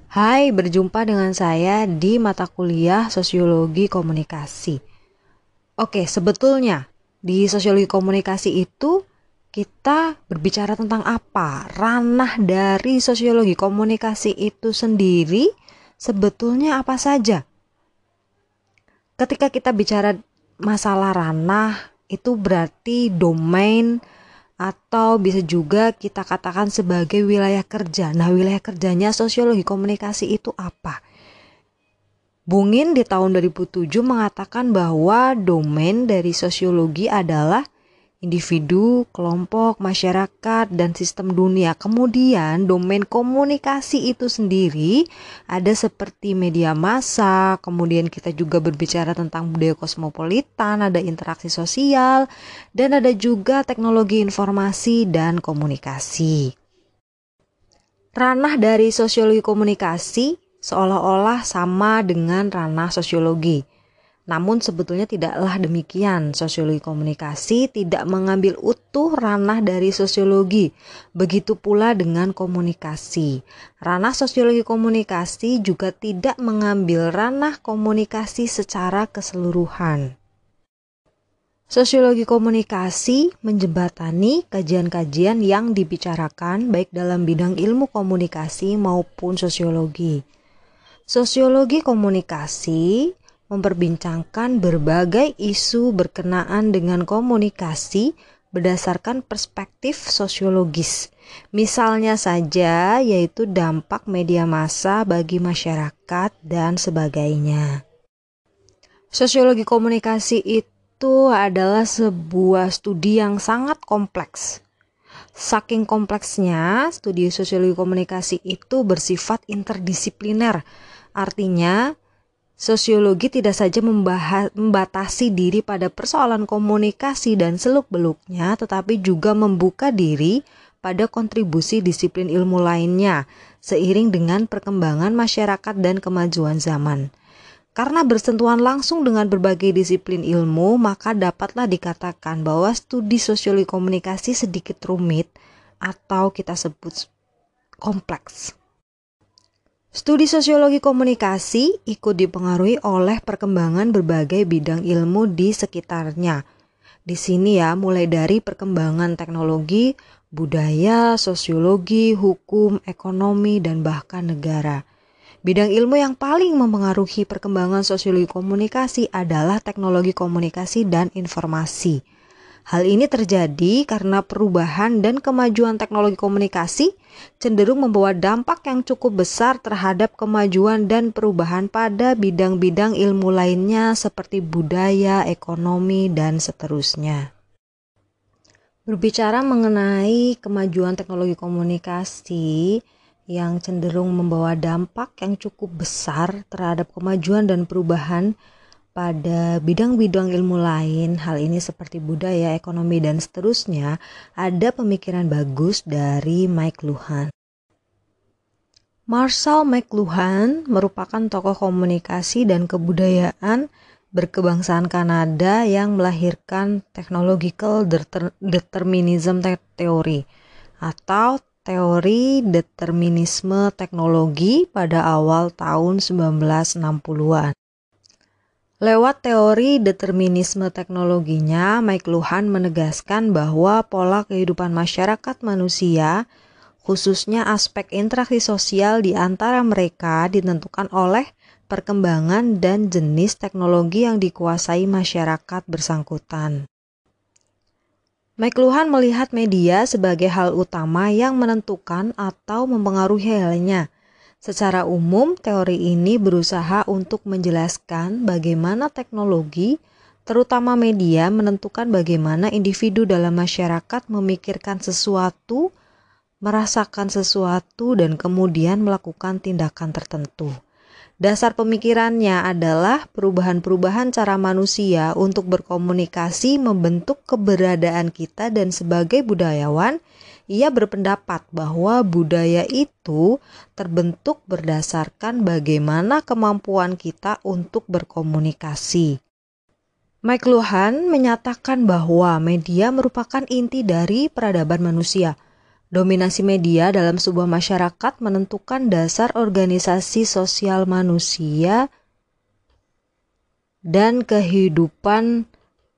Hai, berjumpa dengan saya di mata kuliah Sosiologi Komunikasi. Oke, sebetulnya di Sosiologi Komunikasi itu kita berbicara tentang apa? Ranah dari Sosiologi Komunikasi itu sendiri sebetulnya apa saja? Ketika kita bicara masalah ranah, itu berarti domain atau bisa juga kita katakan sebagai wilayah kerja. Nah, wilayah kerjanya Sosiologi Komunikasi itu apa? Bungin di tahun 2007 mengatakan bahwa domain dari sosiologi adalah individu, kelompok, masyarakat, dan sistem dunia. Kemudian domain komunikasi itu sendiri ada seperti media massa, kemudian kita juga berbicara tentang budaya kosmopolitan, ada interaksi sosial, dan ada juga teknologi informasi dan komunikasi. Ranah dari sosiologi komunikasi seolah-olah sama dengan ranah sosiologi. Namun sebetulnya tidaklah demikian. Sosiologi komunikasi tidak mengambil utuh ranah dari sosiologi. Begitu pula dengan komunikasi. Ranah sosiologi komunikasi juga tidak mengambil ranah komunikasi secara keseluruhan. Sosiologi komunikasi menjembatani kajian-kajian yang dibicarakan baik dalam bidang ilmu komunikasi maupun sosiologi. Sosiologi komunikasi memperbincangkan berbagai isu berkenaan dengan komunikasi berdasarkan perspektif sosiologis. Misalnya saja yaitu dampak media massa bagi masyarakat dan sebagainya. Sosiologi komunikasi itu adalah sebuah studi yang sangat kompleks. Saking kompleksnya, studi sosiologi komunikasi itu bersifat interdisipliner. Artinya, sosiologi tidak saja membatasi diri pada persoalan komunikasi dan seluk-beluknya, tetapi juga membuka diri pada kontribusi disiplin ilmu lainnya, seiring dengan perkembangan masyarakat dan kemajuan zaman. Karena bersentuhan langsung dengan berbagai disiplin ilmu, maka dapatlah dikatakan bahwa studi sosiologi komunikasi sedikit rumit atau kita sebut kompleks. Studi sosiologi komunikasi ikut dipengaruhi oleh perkembangan berbagai bidang ilmu di sekitarnya. Di sini ya, mulai dari perkembangan teknologi, budaya, sosiologi, hukum, ekonomi, dan bahkan negara. Bidang ilmu yang paling mempengaruhi perkembangan sosiologi komunikasi adalah teknologi komunikasi dan informasi. Hal ini terjadi karena perubahan dan kemajuan teknologi komunikasi cenderung membawa dampak yang cukup besar terhadap kemajuan dan perubahan pada bidang-bidang ilmu lainnya seperti budaya, ekonomi, dan seterusnya. Berbicara mengenai kemajuan teknologi komunikasi yang cenderung membawa dampak yang cukup besar terhadap kemajuan dan perubahan pada bidang-bidang ilmu lain, hal ini seperti budaya, ekonomi, dan seterusnya, ada pemikiran bagus dari Mike Luhan. Marshall McLuhan merupakan tokoh komunikasi dan kebudayaan berkebangsaan Kanada yang melahirkan technological determinism theory atau teori determinisme teknologi pada awal tahun 1960-an. Lewat teori determinisme teknologinya, Mike Luhan menegaskan bahwa pola kehidupan masyarakat manusia, khususnya aspek interaksi sosial di antara mereka ditentukan oleh perkembangan dan jenis teknologi yang dikuasai masyarakat bersangkutan. Mike Luhan melihat media sebagai hal utama yang menentukan atau mempengaruhi halnya. Secara umum, teori ini berusaha untuk menjelaskan bagaimana teknologi, terutama media, menentukan bagaimana individu dalam masyarakat memikirkan sesuatu, merasakan sesuatu, dan kemudian melakukan tindakan tertentu. Dasar pemikirannya adalah perubahan-perubahan cara manusia untuk berkomunikasi membentuk keberadaan kita, dan sebagai budayawan, ia berpendapat bahwa budaya itu terbentuk berdasarkan bagaimana kemampuan kita untuk berkomunikasi. Mike Luhan menyatakan bahwa media merupakan inti dari peradaban manusia. Dominasi media dalam sebuah masyarakat menentukan dasar organisasi sosial manusia dan kehidupan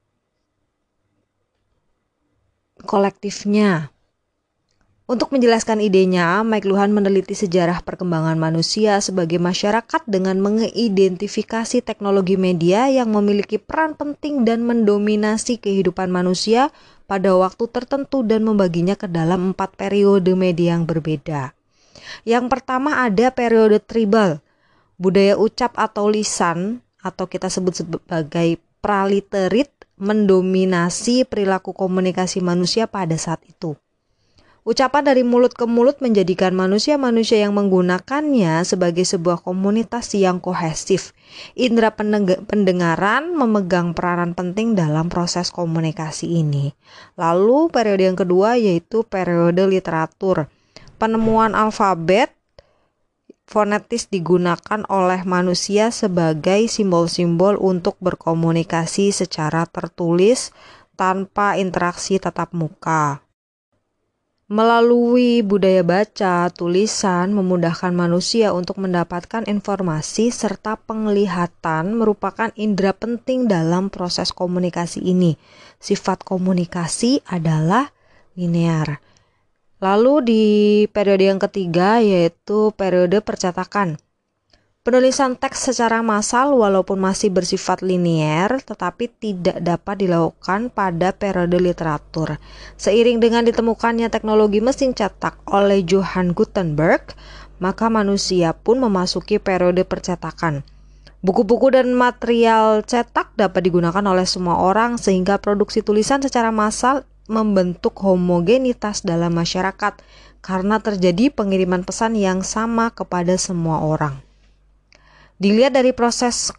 kolektifnya. Untuk menjelaskan idenya, Mike Luhan meneliti sejarah perkembangan manusia sebagai masyarakat dengan mengidentifikasi teknologi media yang memiliki peran penting dan mendominasi kehidupan manusia pada waktu tertentu dan membaginya ke dalam 4 periode media yang berbeda. Yang pertama ada periode tribal, budaya ucap atau lisan atau kita sebut sebagai praliterit mendominasi perilaku komunikasi manusia pada saat itu. Ucapan dari mulut ke mulut menjadikan manusia-manusia yang menggunakannya sebagai sebuah komunitas yang kohesif. Indera pendengaran memegang peranan penting dalam proses komunikasi ini. Lalu periode yang kedua yaitu periode literatur. Penemuan alfabet fonetis digunakan oleh manusia sebagai simbol-simbol untuk berkomunikasi secara tertulis tanpa interaksi tatap muka. Melalui budaya baca, tulisan memudahkan manusia untuk mendapatkan informasi serta penglihatan merupakan indera penting dalam proses komunikasi ini. Sifat komunikasi adalah linear. Lalu di periode yang ketiga yaitu periode percetakan. Penulisan teks secara massal walaupun masih bersifat linier tetapi tidak dapat dilakukan pada periode literatur. Seiring dengan ditemukannya teknologi mesin cetak oleh Johann Gutenberg, maka manusia pun memasuki periode percetakan. Buku-buku dan material cetak dapat digunakan oleh semua orang sehingga produksi tulisan secara massal membentuk homogenitas dalam masyarakat karena terjadi pengiriman pesan yang sama kepada semua orang. Dilihat dari proses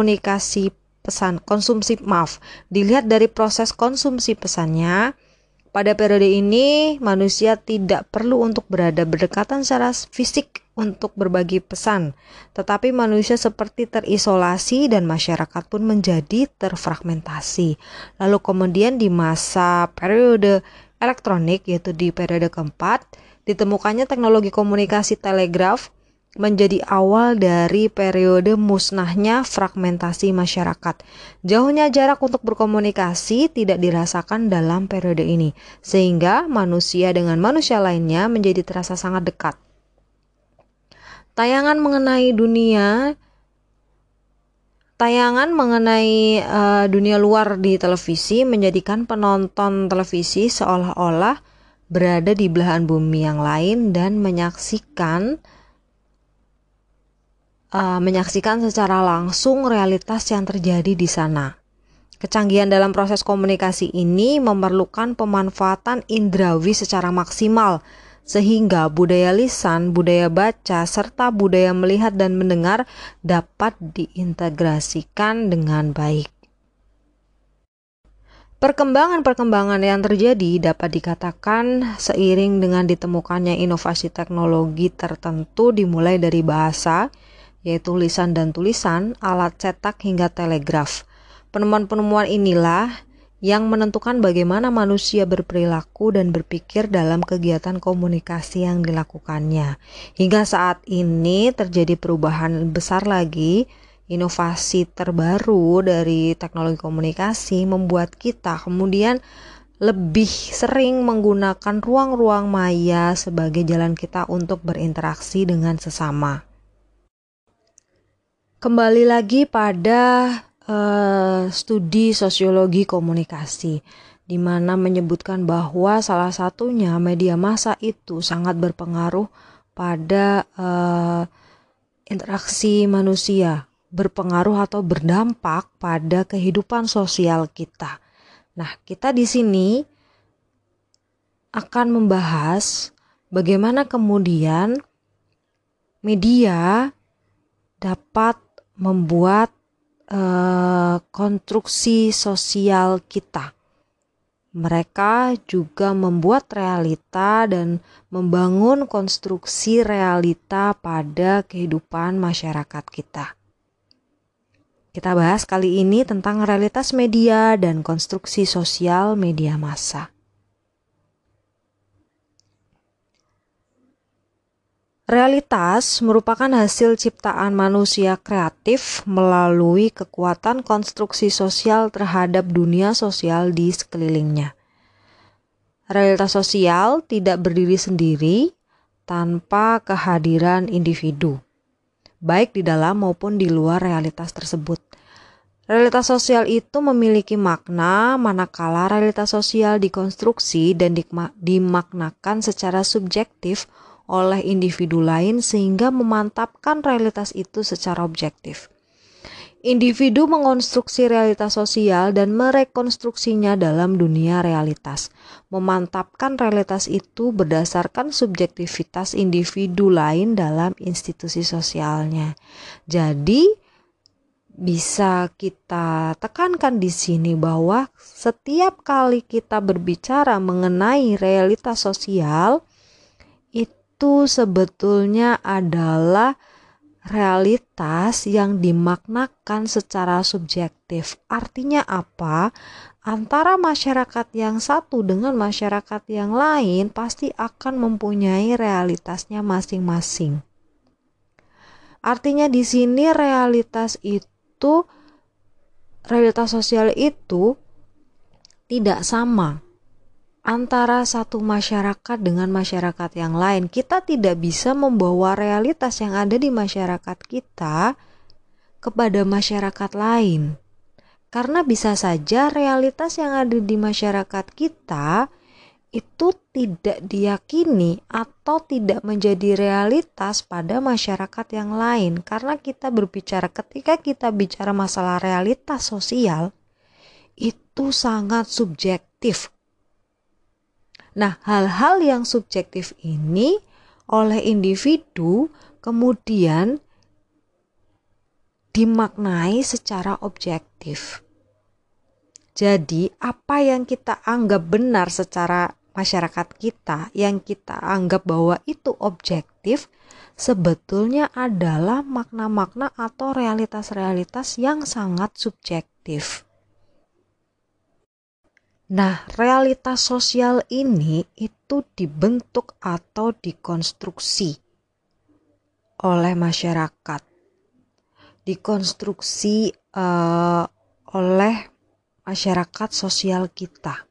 konsumsi pesannya, pada periode ini manusia tidak perlu untuk berada berdekatan secara fisik untuk berbagi pesan, tetapi manusia seperti terisolasi dan masyarakat pun menjadi terfragmentasi. Lalu kemudian di masa periode elektronik, yaitu di periode keempat, ditemukannya teknologi komunikasi telegraf menjadi awal dari periode musnahnya fragmentasi masyarakat. Jauhnya jarak untuk berkomunikasi tidak dirasakan dalam periode ini, sehingga manusia dengan manusia lainnya menjadi terasa sangat dekat. Tayangan mengenai dunia luar di televisi menjadikan penonton televisi seolah-olah berada di belahan bumi yang lain dan menyaksikan secara langsung realitas yang terjadi di sana. Kecanggihan dalam proses komunikasi ini memerlukan pemanfaatan indrawi secara maksimal, sehingga budaya lisan, budaya baca, serta budaya melihat dan mendengar dapat diintegrasikan dengan baik. Perkembangan-perkembangan yang terjadi dapat dikatakan seiring dengan ditemukannya inovasi teknologi tertentu dimulai dari bahasa, yaitu lisan dan tulisan, alat cetak hingga telegraf. Penemuan-penemuan inilah yang menentukan bagaimana manusia berperilaku dan berpikir dalam kegiatan komunikasi yang dilakukannya. Hingga saat ini terjadi perubahan besar lagi. Inovasi terbaru dari teknologi komunikasi membuat kita kemudian lebih sering menggunakan ruang-ruang maya sebagai jalan kita untuk berinteraksi dengan sesama. Kembali lagi pada studi sosiologi komunikasi, di mana menyebutkan bahwa salah satunya media massa itu sangat berpengaruh pada interaksi manusia, berpengaruh atau berdampak pada kehidupan sosial kita. Nah, kita di sini akan membahas bagaimana kemudian media dapat membuat konstruksi sosial kita. Mereka juga membuat realita dan membangun konstruksi realita pada kehidupan masyarakat kita. Kita bahas kali ini tentang realitas media dan konstruksi sosial media massa. Realitas merupakan hasil ciptaan manusia kreatif melalui kekuatan konstruksi sosial terhadap dunia sosial di sekelilingnya. Realitas sosial tidak berdiri sendiri tanpa kehadiran individu, baik di dalam maupun di luar realitas tersebut. Realitas sosial itu memiliki makna manakala realitas sosial dikonstruksi dan dimaknakan secara subjektif oleh individu lain sehingga memantapkan realitas itu secara objektif. Individu mengonstruksi realitas sosial dan merekonstruksinya dalam dunia realitas. Memantapkan realitas itu berdasarkan subjektivitas individu lain dalam institusi sosialnya. Jadi, bisa kita tekankan di sini bahwa setiap kali kita berbicara mengenai realitas sosial, itu sebetulnya adalah realitas yang dimaknakan secara subjektif. Artinya apa? Antara masyarakat yang satu dengan masyarakat yang lain pasti akan mempunyai realitasnya masing-masing. Artinya di sini realitas sosial itu tidak sama antara satu masyarakat dengan masyarakat yang lain. Kita tidak bisa membawa realitas yang ada di masyarakat kita kepada masyarakat lain. Karena bisa saja realitas yang ada di masyarakat kita itu tidak diyakini atau tidak menjadi realitas pada masyarakat yang lain. Karena ketika kita bicara masalah realitas sosial, itu sangat subjektif. Nah, hal-hal yang subjektif ini oleh individu kemudian dimaknai secara objektif. Jadi, apa yang kita anggap benar secara masyarakat kita, yang kita anggap bahwa itu objektif, sebetulnya adalah makna-makna atau realitas-realitas yang sangat subjektif. Nah, realitas sosial ini itu dibentuk atau dikonstruksi oleh masyarakat. Dikonstruksi oleh masyarakat sosial kita.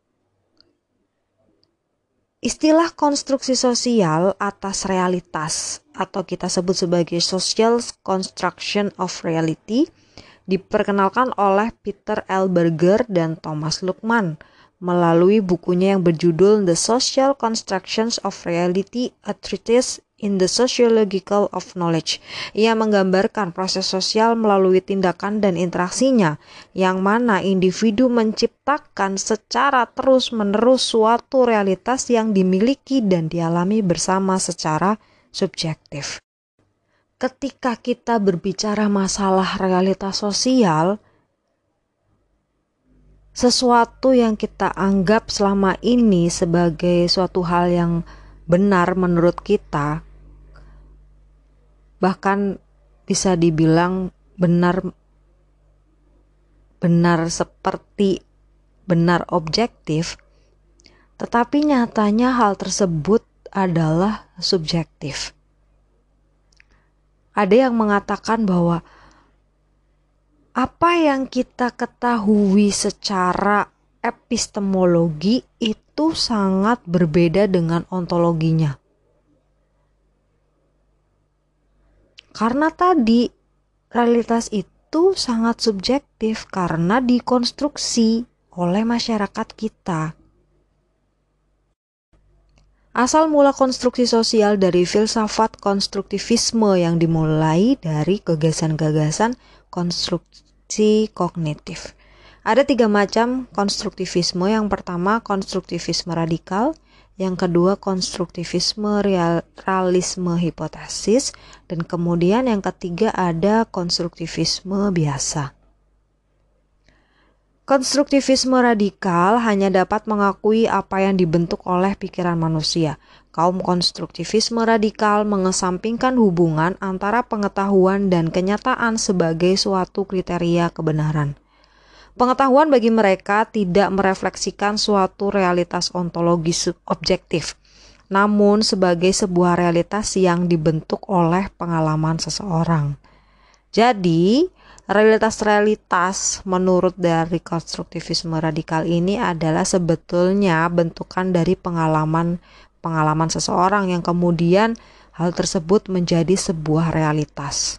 Istilah konstruksi sosial atas realitas atau kita sebut sebagai social construction of reality diperkenalkan oleh Peter L. Berger dan Thomas Luckmann melalui bukunya yang berjudul The Social Constructions of Reality, A Treatise in the Sociological of Knowledge. Ia menggambarkan proses sosial melalui tindakan dan interaksinya, yang mana individu menciptakan secara terus-menerus suatu realitas yang dimiliki dan dialami bersama secara subjektif. Ketika kita berbicara masalah realitas sosial, sesuatu yang kita anggap selama ini sebagai suatu hal yang benar menurut kita, bahkan bisa dibilang benar seperti benar objektif, tetapi nyatanya hal tersebut adalah subjektif. Ada yang mengatakan bahwa apa yang kita ketahui secara epistemologi itu sangat berbeda dengan ontologinya. Karena tadi realitas itu sangat subjektif karena dikonstruksi oleh masyarakat kita. Asal mula konstruksi sosial dari filsafat konstruktivisme yang dimulai dari gagasan-gagasan konstruksi kognitif. Ada 3 macam konstruktivisme. Yang pertama konstruktivisme radikal, yang kedua konstruktivisme realisme hipotesis, dan kemudian yang ketiga ada konstruktivisme biasa. Konstruktivisme radikal hanya dapat mengakui apa yang dibentuk oleh pikiran manusia. Kaum konstruktivisme radikal mengesampingkan hubungan antara pengetahuan dan kenyataan sebagai suatu kriteria kebenaran. Pengetahuan bagi mereka tidak merefleksikan suatu realitas ontologis objektif, namun sebagai sebuah realitas yang dibentuk oleh pengalaman seseorang. Jadi, realitas-realitas menurut dari konstruktivisme radikal ini adalah sebetulnya bentukan dari pengalaman seseorang yang kemudian hal tersebut menjadi sebuah realitas.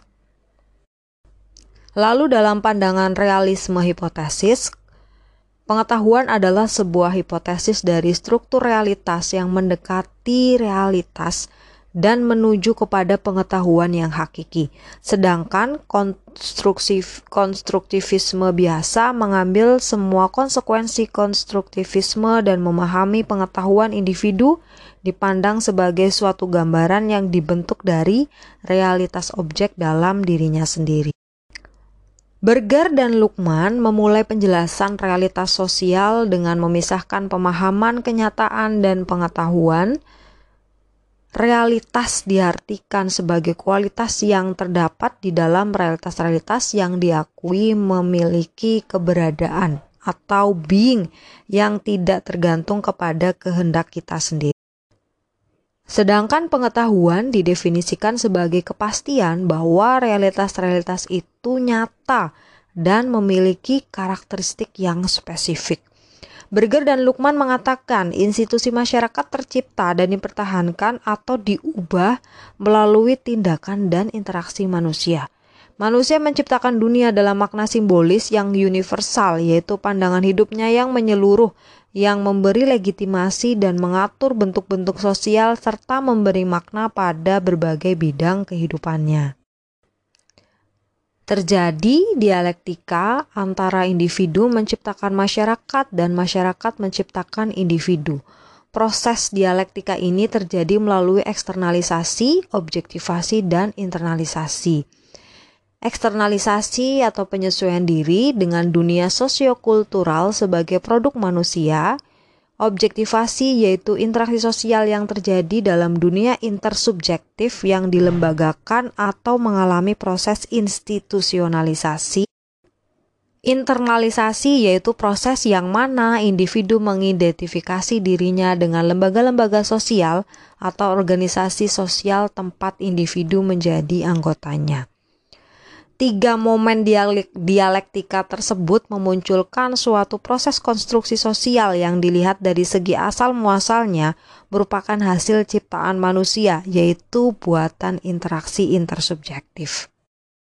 Lalu dalam pandangan realisme hipotesis, pengetahuan adalah sebuah hipotesis dari struktur realitas yang mendekati realitas dan menuju kepada pengetahuan yang hakiki. Sedangkan konstruktivisme biasa mengambil semua konsekuensi konstruktivisme dan memahami pengetahuan individu dipandang sebagai suatu gambaran yang dibentuk dari realitas objek dalam dirinya sendiri. Berger dan Luqman memulai penjelasan realitas sosial dengan memisahkan pemahaman kenyataan dan pengetahuan. Realitas diartikan sebagai kualitas yang terdapat di dalam realitas-realitas yang diakui memiliki keberadaan atau being yang tidak tergantung kepada kehendak kita sendiri. Sedangkan pengetahuan didefinisikan sebagai kepastian bahwa realitas-realitas itu nyata dan memiliki karakteristik yang spesifik. Berger dan Luqman mengatakan institusi masyarakat tercipta dan dipertahankan atau diubah melalui tindakan dan interaksi manusia. Manusia menciptakan dunia dalam makna simbolis yang universal, yaitu pandangan hidupnya yang menyeluruh, yang memberi legitimasi dan mengatur bentuk-bentuk sosial serta memberi makna pada berbagai bidang kehidupannya. Terjadi dialektika antara individu menciptakan masyarakat dan masyarakat menciptakan individu. Proses dialektika ini terjadi melalui eksternalisasi, objektivasi, dan internalisasi. Eksternalisasi atau penyesuaian diri dengan dunia sosiokultural sebagai produk manusia. Objektivasi yaitu interaksi sosial yang terjadi dalam dunia intersubjektif yang dilembagakan atau mengalami proses institusionalisasi. Internalisasi yaitu proses yang mana individu mengidentifikasi dirinya dengan lembaga-lembaga sosial atau organisasi sosial tempat individu menjadi anggotanya. Tiga momen dialektika tersebut memunculkan suatu proses konstruksi sosial yang dilihat dari segi asal muasalnya merupakan hasil ciptaan manusia, yaitu buatan interaksi intersubjektif.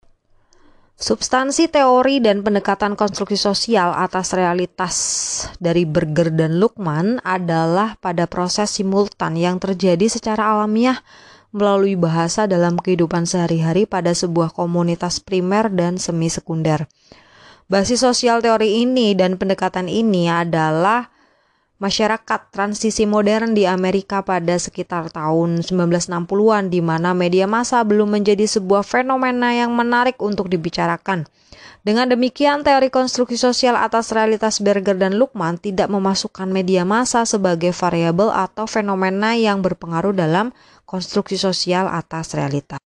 Substansi teori dan pendekatan konstruksi sosial atas realitas dari Berger dan Luqman adalah pada proses simultan yang terjadi secara alamiah melalui bahasa dalam kehidupan sehari-hari pada sebuah komunitas primer dan semi sekunder. Basis sosial teori ini dan pendekatan ini adalah masyarakat transisi modern di Amerika pada sekitar tahun 1960-an di mana media massa belum menjadi sebuah fenomena yang menarik untuk dibicarakan. Dengan demikian, teori konstruksi sosial atas realitas Berger dan Luqman tidak memasukkan media massa sebagai variabel atau fenomena yang berpengaruh dalam konstruksi sosial atas realitas.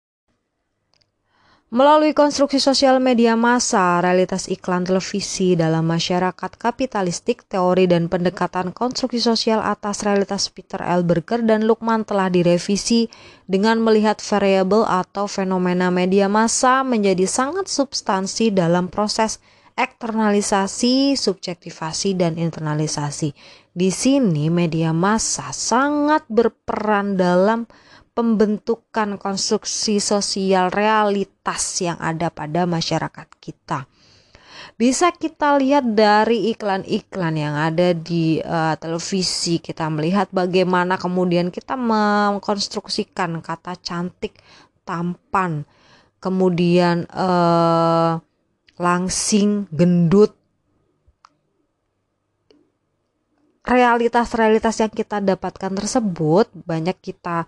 Melalui konstruksi sosial media massa, realitas iklan televisi dalam masyarakat kapitalistik, teori dan pendekatan konstruksi sosial atas realitas Peter L. Berger dan Luqman telah direvisi dengan melihat variabel atau fenomena media massa menjadi sangat substansi dalam proses eksternalisasi, subjektivasi, dan internalisasi. Di sini media massa sangat berperan dalam pembentukan konstruksi sosial realitas yang ada pada masyarakat kita. Bisa kita lihat dari iklan-iklan yang ada di televisi, kita melihat bagaimana kemudian kita mengkonstruksikan kata cantik, tampan, kemudian langsing, gendut. Realitas-realitas yang kita dapatkan tersebut banyak kita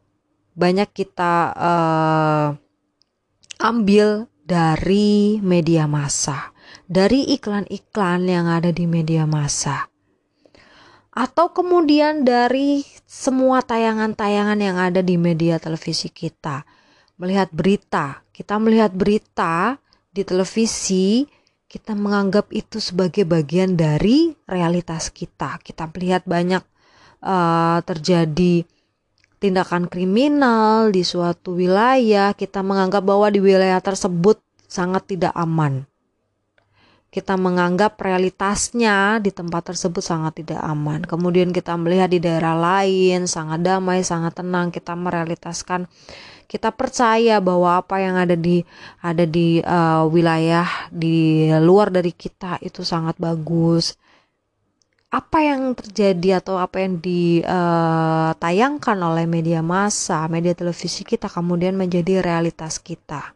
ambil dari media massa, dari iklan-iklan yang ada di media massa, atau kemudian dari semua tayangan-tayangan yang ada di media televisi kita. Kita melihat berita di televisi, kita menganggap itu sebagai bagian dari realitas kita. Kita melihat banyak terjadi tindakan kriminal di suatu wilayah, kita menganggap bahwa di wilayah tersebut sangat tidak aman. Kita menganggap realitasnya di tempat tersebut sangat tidak aman. Kemudian kita melihat di daerah lain sangat damai, sangat tenang. Kita merealitaskan, kita percaya bahwa apa yang ada di wilayah di luar dari kita itu sangat bagus. Apa yang terjadi atau apa yang ditayangkan oleh media massa, media televisi kita kemudian menjadi realitas kita.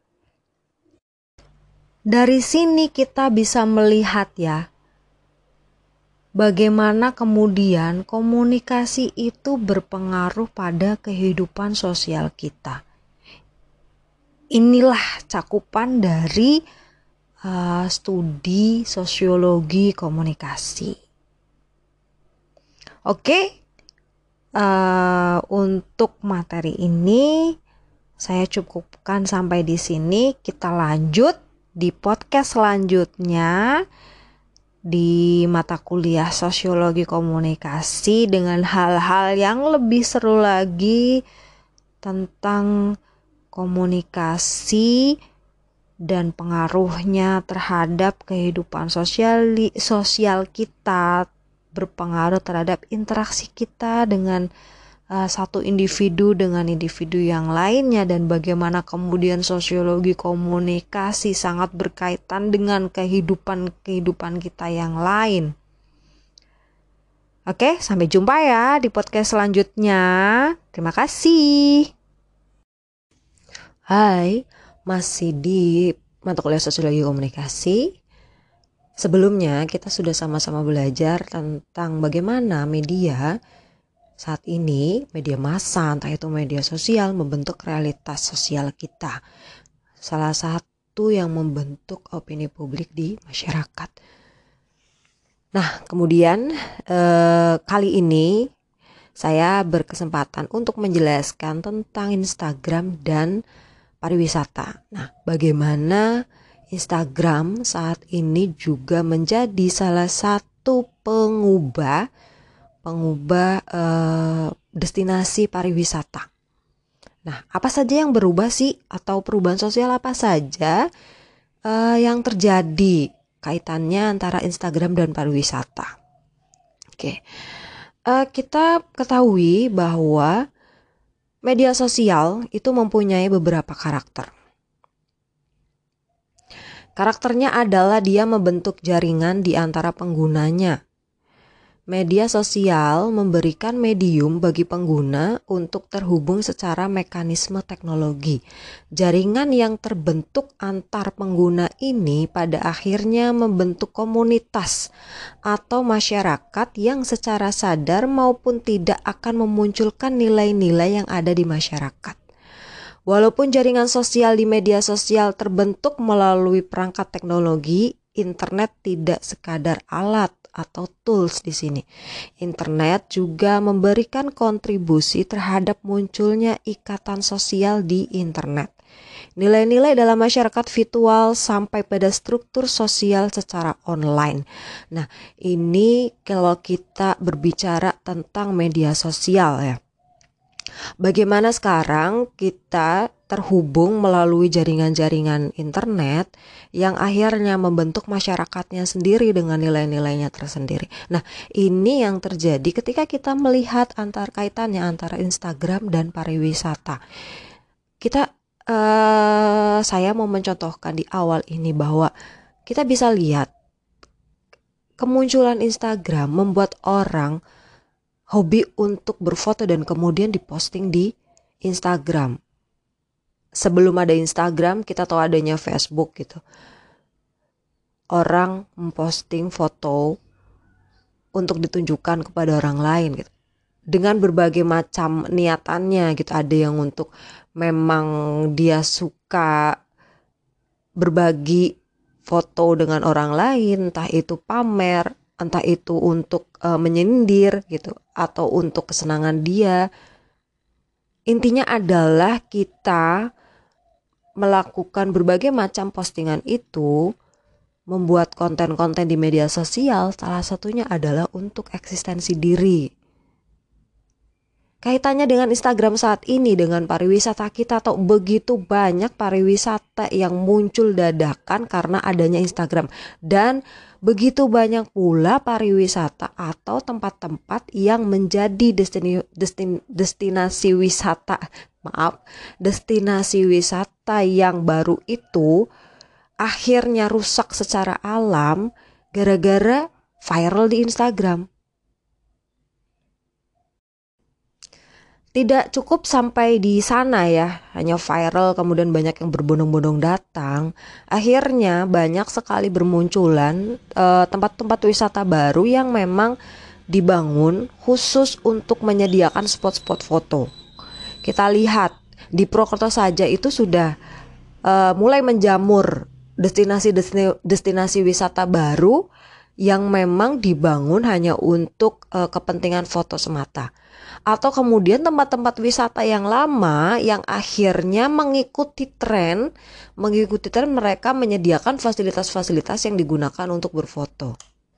Dari sini kita bisa melihat ya, bagaimana kemudian komunikasi itu berpengaruh pada kehidupan sosial kita. Inilah cakupan dari studi sosiologi komunikasi. Oke, untuk materi ini saya cukupkan sampai di sini. Kita lanjut di podcast selanjutnya di mata kuliah sosiologi komunikasi dengan hal-hal yang lebih seru lagi tentang komunikasi dan pengaruhnya terhadap kehidupan sosial kita, berpengaruh terhadap interaksi kita dengan satu individu dengan individu yang lainnya, dan bagaimana kemudian sosiologi komunikasi sangat berkaitan dengan kehidupan kita yang lain. Oke, sampai jumpa ya di podcast selanjutnya. Terima kasih. Hai, masih di mata kuliah sosiologi komunikasi. Sebelumnya kita sudah sama-sama belajar tentang bagaimana media saat ini, media massa, entah itu media sosial, membentuk realitas sosial kita. Salah satu yang membentuk opini publik di masyarakat. Nah, kemudian kali ini saya berkesempatan untuk menjelaskan tentang Instagram dan pariwisata. Nah, bagaimana Instagram saat ini juga menjadi salah satu pengubah destinasi pariwisata. Nah, apa saja yang berubah sih, atau perubahan sosial apa saja yang terjadi kaitannya antara Instagram dan pariwisata? Oke, kita ketahui bahwa media sosial itu mempunyai beberapa karakter. Karakternya adalah dia membentuk jaringan di antara penggunanya. Media sosial memberikan medium bagi pengguna untuk terhubung secara mekanisme teknologi. Jaringan yang terbentuk antar pengguna ini pada akhirnya membentuk komunitas atau masyarakat yang secara sadar maupun tidak akan memunculkan nilai-nilai yang ada di masyarakat. Walaupun jaringan sosial di media sosial terbentuk melalui perangkat teknologi, internet tidak sekadar alat atau tools di sini. Internet juga memberikan kontribusi terhadap munculnya ikatan sosial di internet. Nilai-nilai dalam masyarakat virtual sampai pada struktur sosial secara online. Nah, ini kalau kita berbicara tentang media sosial ya. Bagaimana sekarang kita terhubung melalui jaringan-jaringan internet yang akhirnya membentuk masyarakatnya sendiri dengan nilai-nilainya tersendiri. Nah, ini yang terjadi ketika kita melihat kaitannya antara Instagram dan pariwisata. Saya mau mencontohkan di awal ini bahwa kita bisa lihat kemunculan Instagram membuat orang hobi untuk berfoto dan kemudian diposting di Instagram. Sebelum ada Instagram, kita tahu adanya Facebook gitu. Orang memposting foto untuk ditunjukkan kepada orang lain gitu. Dengan berbagai macam niatannya gitu. Ada yang untuk memang dia suka berbagi foto dengan orang lain, entah itu pamer, entah itu untuk menyindir gitu, atau untuk kesenangan dia. Intinya adalah kita melakukan berbagai macam postingan itu, membuat konten-konten di media sosial, salah satunya adalah untuk eksistensi diri. Kaitannya dengan Instagram saat ini, dengan pariwisata kita, atau begitu banyak pariwisata yang muncul dadakan karena adanya Instagram. Dan begitu banyak pula pariwisata atau tempat-tempat yang menjadi destinasi wisata, destinasi wisata yang baru itu akhirnya rusak secara alam gara-gara viral di Instagram. Tidak cukup sampai di sana ya, hanya viral kemudian banyak yang berbondong-bondong datang. Akhirnya banyak sekali bermunculan tempat-tempat wisata baru yang memang dibangun khusus untuk menyediakan spot-spot foto. Kita lihat di Purwokerto saja itu sudah mulai menjamur destinasi wisata baru yang memang dibangun hanya untuk kepentingan foto semata. Atau kemudian tempat-tempat wisata yang lama yang akhirnya mengikuti tren mereka menyediakan fasilitas-fasilitas yang digunakan untuk berfoto.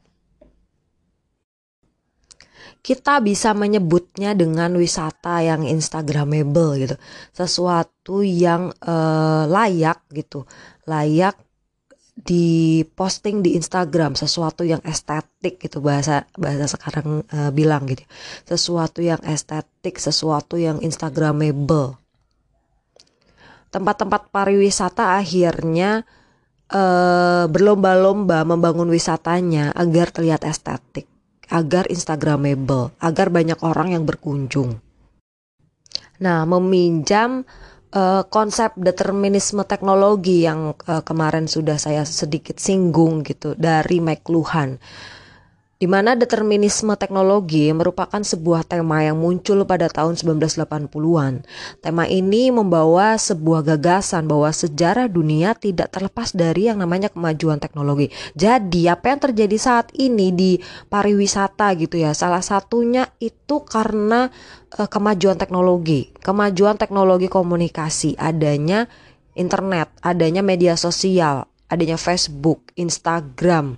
Kita bisa menyebutnya dengan wisata yang instagramable gitu, sesuatu yang layak gitu, layak diposting di Instagram, sesuatu yang estetik gitu, bahasa sekarang bilang gitu, sesuatu yang estetik, sesuatu yang instagramable. Tempat-tempat pariwisata akhirnya berlomba-lomba membangun wisatanya agar terlihat estetik, agar instagramable, agar banyak orang yang berkunjung. Nah, meminjam konsep determinisme teknologi yang kemarin sudah saya sedikit singgung gitu dari McLuhan, di mana determinisme teknologi merupakan sebuah tema yang muncul pada tahun 1980-an. Tema ini membawa sebuah gagasan bahwa sejarah dunia tidak terlepas dari yang namanya kemajuan teknologi. Jadi apa yang terjadi saat ini di pariwisata gitu ya, salah satunya itu karena kemajuan teknologi komunikasi, adanya internet, adanya media sosial, adanya Facebook, Instagram,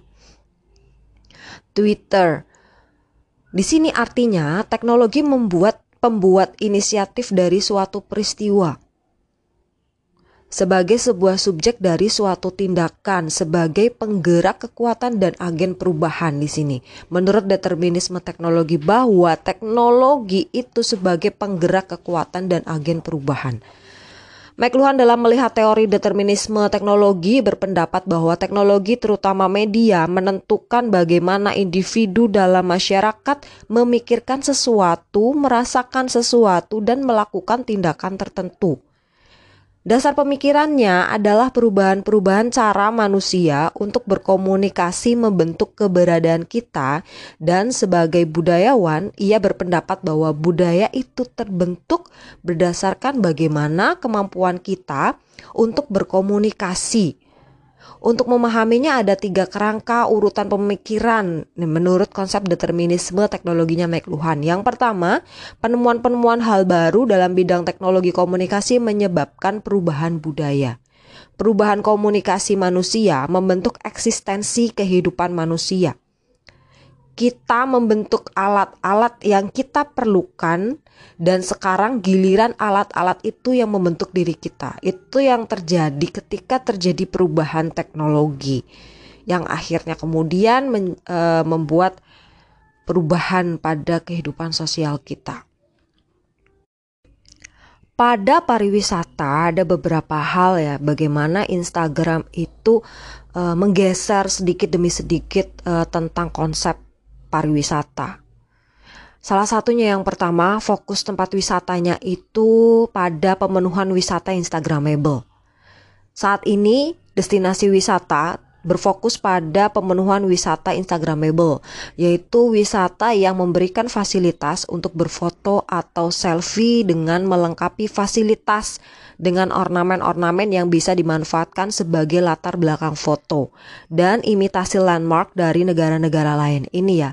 Twitter. Di sini artinya teknologi membuat pembuat inisiatif dari suatu peristiwa sebagai sebuah subjek dari suatu tindakan, sebagai penggerak kekuatan dan agen perubahan di sini. Menurut determinisme teknologi, bahwa teknologi itu sebagai penggerak kekuatan dan agen perubahan. McLuhan dalam melihat teori determinisme teknologi berpendapat bahwa teknologi terutama media menentukan bagaimana individu dalam masyarakat memikirkan sesuatu, merasakan sesuatu, dan melakukan tindakan tertentu. Dasar pemikirannya adalah perubahan-perubahan cara manusia untuk berkomunikasi membentuk keberadaan kita, dan sebagai budayawan ia berpendapat bahwa budaya itu terbentuk berdasarkan bagaimana kemampuan kita untuk berkomunikasi. Untuk memahaminya ada 3 kerangka urutan pemikiran menurut konsep determinisme teknologinya McLuhan. Yang pertama, penemuan-penemuan hal baru dalam bidang teknologi komunikasi menyebabkan perubahan budaya. Perubahan komunikasi manusia membentuk eksistensi kehidupan manusia. Kita membentuk alat-alat yang kita perlukan, dan sekarang giliran alat-alat itu yang membentuk diri kita. Itu yang terjadi ketika terjadi perubahan teknologi yang akhirnya kemudian membuat perubahan pada kehidupan sosial kita. Pada pariwisata ada beberapa hal ya, bagaimana Instagram itu menggeser sedikit demi sedikit tentang konsep pariwisata. Salah satunya yang pertama, fokus tempat wisatanya itu pada pemenuhan wisata instagramable. Saat ini destinasi wisata berfokus pada pemenuhan wisata instagramable, yaitu wisata yang memberikan fasilitas untuk berfoto atau selfie dengan melengkapi fasilitas dengan ornamen-ornamen yang bisa dimanfaatkan sebagai latar belakang foto dan imitasi landmark dari negara-negara lain. Ini ya,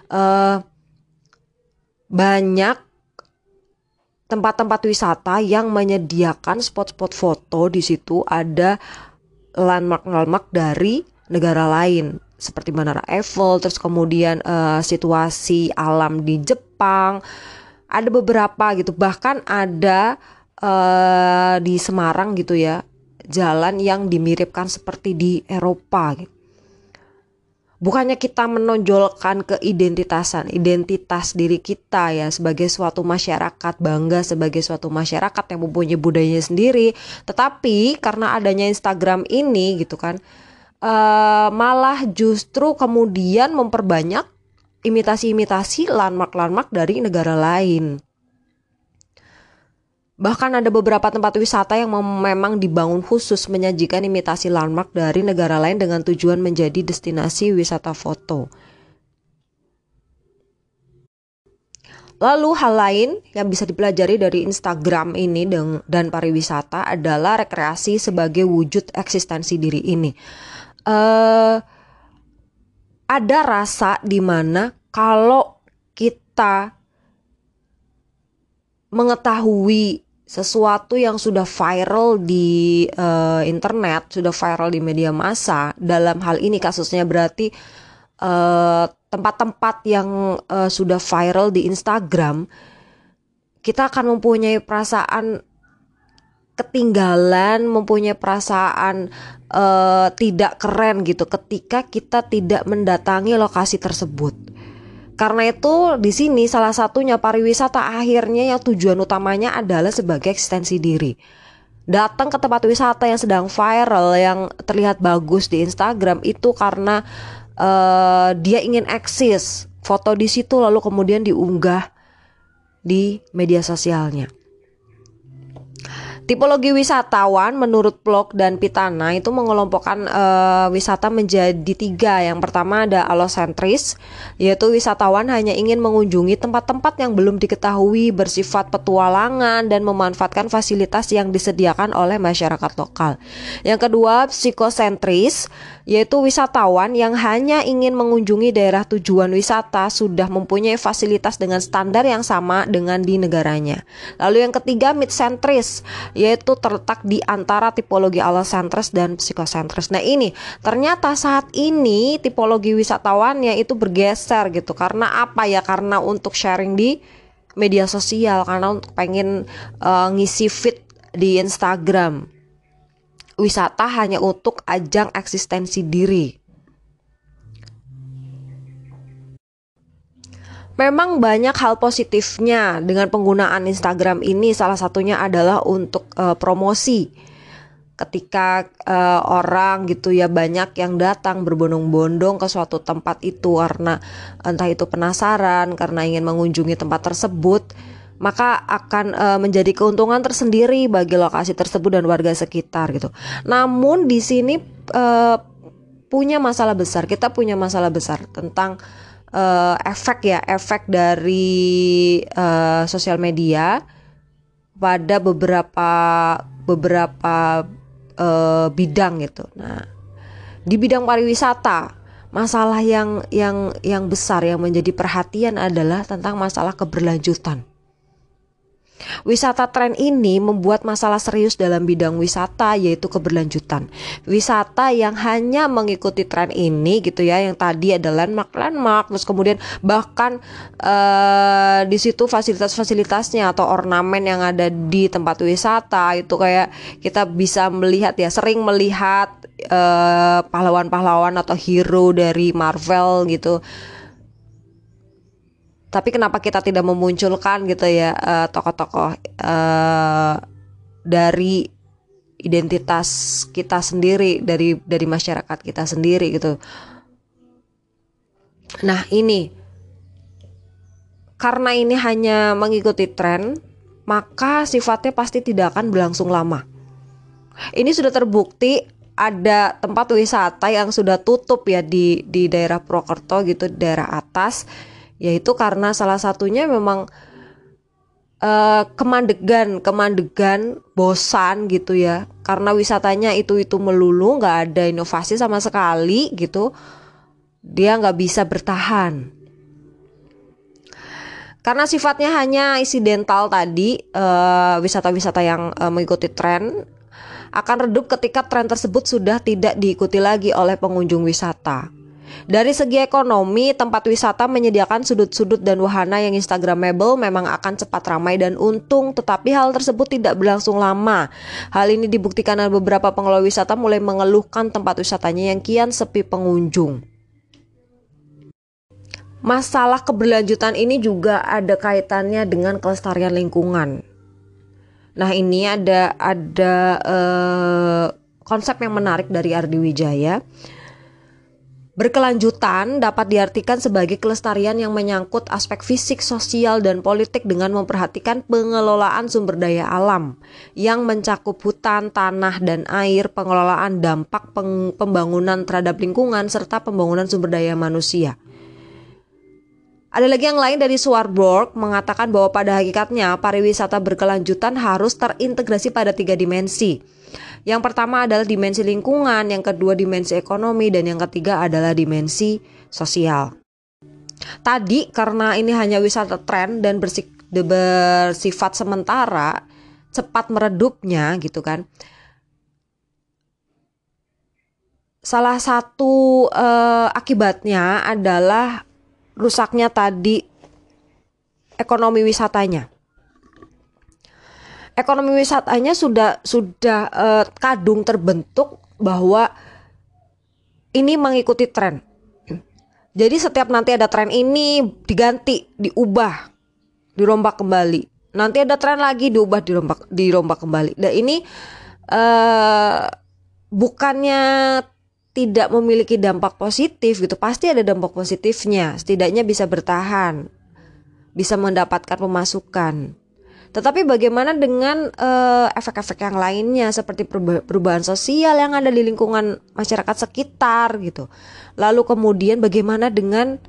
banyak tempat-tempat wisata yang menyediakan spot-spot foto. Di situ ada landmark-landmark dari negara lain seperti Menara Eiffel, terus kemudian situasi alam di Jepang, Ada beberapa gitu, bahkan ada di Semarang gitu ya, jalan yang dimiripkan seperti di Eropa gitu. Bukannya kita menonjolkan identitas diri kita ya sebagai suatu masyarakat, bangga sebagai suatu masyarakat yang mempunyai budayanya sendiri, tetapi karena adanya Instagram ini gitu kan, malah justru kemudian memperbanyak imitasi-imitasi landmark-landmark dari negara lain. Bahkan ada beberapa tempat wisata yang memang dibangun khusus menyajikan imitasi landmark dari negara lain dengan tujuan menjadi destinasi wisata foto. Lalu hal lain yang bisa dipelajari dari Instagram ini dan pariwisata adalah rekreasi sebagai wujud eksistensi diri ini. Ada rasa dimana kalau kita mengetahui sesuatu yang sudah viral di internet, sudah viral di media massa, dalam hal ini kasusnya berarti tempat-tempat yang sudah viral di Instagram, kita akan mempunyai perasaan ketinggalan, mempunyai perasaan tidak keren gitu ketika kita tidak mendatangi lokasi tersebut. Karena itu di sini salah satunya pariwisata akhirnya yang tujuan utamanya adalah sebagai eksistensi diri. Datang ke tempat wisata yang sedang viral, yang terlihat bagus di Instagram itu karena dia ingin eksis, foto di situ lalu kemudian diunggah di media sosialnya. Tipologi wisatawan menurut Plok dan Pitana itu mengelompokkan wisata menjadi 3. Yang pertama ada alosentris, yaitu wisatawan hanya ingin mengunjungi tempat-tempat yang belum diketahui, bersifat petualangan dan memanfaatkan fasilitas yang disediakan oleh masyarakat lokal. Yang kedua psikosentris, yaitu wisatawan yang hanya ingin mengunjungi daerah tujuan wisata sudah mempunyai fasilitas dengan standar yang sama dengan di negaranya. Lalu yang ketiga midsentris, yaitu terletak di antara tipologi alosentris dan psikosentris. Nah ini ternyata saat ini tipologi wisatawannya itu bergeser gitu. Karena apa ya? Karena untuk sharing di media sosial, karena untuk pengen ngisi feed di Instagram. Wisata hanya untuk ajang eksistensi diri. Memang banyak hal positifnya dengan penggunaan Instagram ini, salah satunya adalah untuk promosi. Ketika orang gitu ya banyak yang datang berbondong-bondong ke suatu tempat itu karena entah itu penasaran, karena ingin mengunjungi tempat tersebut, maka akan menjadi keuntungan tersendiri bagi lokasi tersebut dan warga sekitar gitu. Namun di sini punya masalah besar, kita punya masalah besar tentang efek dari sosial media pada beberapa bidang gitu. Nah, di bidang pariwisata, masalah yang besar yang menjadi perhatian adalah tentang masalah keberlanjutan. Wisata tren ini membuat masalah serius dalam bidang wisata, yaitu keberlanjutan. Wisata yang hanya mengikuti tren ini gitu ya, yang tadi ada landmark, terus kemudian bahkan di situ fasilitas-fasilitasnya atau ornamen yang ada di tempat wisata itu kayak kita bisa melihat ya, sering melihat pahlawan-pahlawan atau hero dari Marvel gitu. Tapi kenapa kita tidak memunculkan gitu ya tokoh-tokoh dari identitas kita sendiri, dari masyarakat kita sendiri gitu. Nah ini karena ini hanya mengikuti tren, maka sifatnya pasti tidak akan berlangsung lama. Ini sudah terbukti, ada tempat wisata yang sudah tutup ya di daerah Purwokerto gitu, di daerah atas. Yaitu karena salah satunya memang kemandegan, bosan gitu ya. Karena wisatanya itu melulu, nggak ada inovasi sama sekali gitu. Dia nggak bisa bertahan. Karena sifatnya hanya insidental tadi, wisata-wisata yang mengikuti tren akan redup ketika tren tersebut sudah tidak diikuti lagi oleh pengunjung wisata. Dari segi ekonomi, tempat wisata menyediakan sudut-sudut dan wahana yang instagramable memang akan cepat ramai dan untung, tetapi hal tersebut tidak berlangsung lama. Hal ini dibuktikan oleh beberapa pengelola wisata mulai mengeluhkan tempat wisatanya yang kian sepi pengunjung. Masalah keberlanjutan ini juga ada kaitannya dengan kelestarian lingkungan. Nah, ini ada konsep yang menarik dari Ardi Wijaya. Berkelanjutan dapat diartikan sebagai kelestarian yang menyangkut aspek fisik, sosial, dan politik dengan memperhatikan pengelolaan sumber daya alam yang mencakup hutan, tanah, dan air, pengelolaan dampak pembangunan terhadap lingkungan, serta pembangunan sumber daya manusia. Ada lagi yang lain dari Swarborg mengatakan bahwa pada hakikatnya pariwisata berkelanjutan harus terintegrasi pada 3 dimensi. Yang pertama adalah dimensi lingkungan, yang kedua dimensi ekonomi, dan yang ketiga adalah dimensi sosial. Tadi karena ini hanya wisata tren dan bersifat sementara, cepat meredupnya gitu kan. Salah satu akibatnya adalah rusaknya tadi ekonomi wisatanya. Ekonomi wisatanya sudah kadung terbentuk bahwa ini mengikuti tren. Jadi setiap nanti ada tren ini diganti, diubah, dirombak kembali. Nanti ada tren lagi diubah, dirombak kembali. Dan ini bukannya tidak memiliki dampak positif gitu, pasti ada dampak positifnya. Setidaknya bisa bertahan, bisa mendapatkan pemasukan. Tetapi bagaimana dengan efek-efek yang lainnya seperti perubahan sosial yang ada di lingkungan masyarakat sekitar gitu. Lalu kemudian bagaimana dengan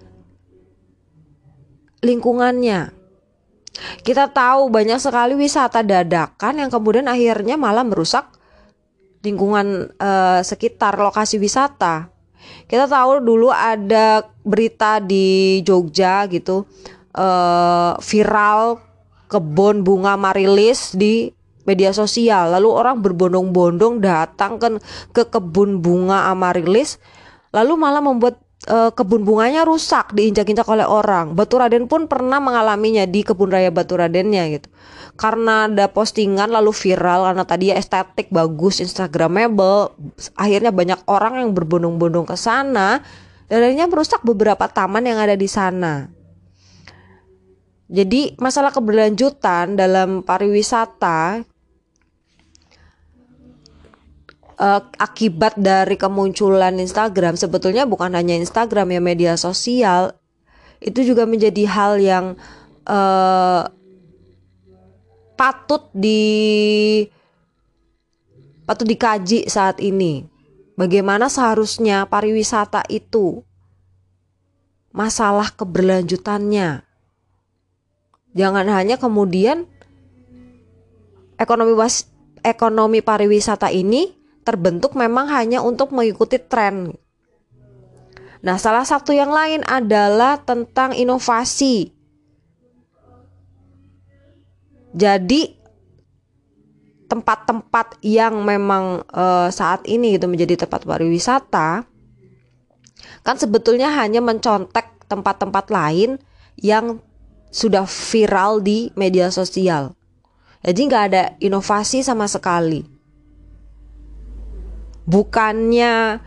lingkungannya? Kita tahu banyak sekali wisata dadakan yang kemudian akhirnya malah merusak lingkungan sekitar lokasi wisata. Kita tahu dulu ada berita di Jogja gitu, viral kebun bunga Marilis di media sosial. Lalu orang berbondong-bondong datang ke kebun bunga Amarilis, lalu malah membuat kebun bunganya rusak, diinjak-injak oleh orang. Baturaden pun pernah mengalaminya di kebun raya Baturadennya gitu. Karena ada postingan lalu viral, karena tadi ya estetik, bagus, instagramable, akhirnya banyak orang yang berbondong-bondong ke sana dan akhirnya merusak beberapa taman yang ada di sana. Jadi masalah keberlanjutan dalam pariwisata akibat dari kemunculan Instagram, sebetulnya bukan hanya Instagram ya, media sosial itu juga menjadi hal yang patut dikaji saat ini. Bagaimana seharusnya pariwisata itu, masalah keberlanjutannya. Jangan hanya kemudian ekonomi pariwisata ini terbentuk memang hanya untuk mengikuti tren. Nah, salah satu yang lain adalah tentang inovasi. Jadi tempat-tempat yang memang saat ini gitu menjadi tempat pariwisata kan sebetulnya hanya mencontek tempat-tempat lain yang sudah viral di media sosial. Jadi nggak ada inovasi sama sekali. Bukannya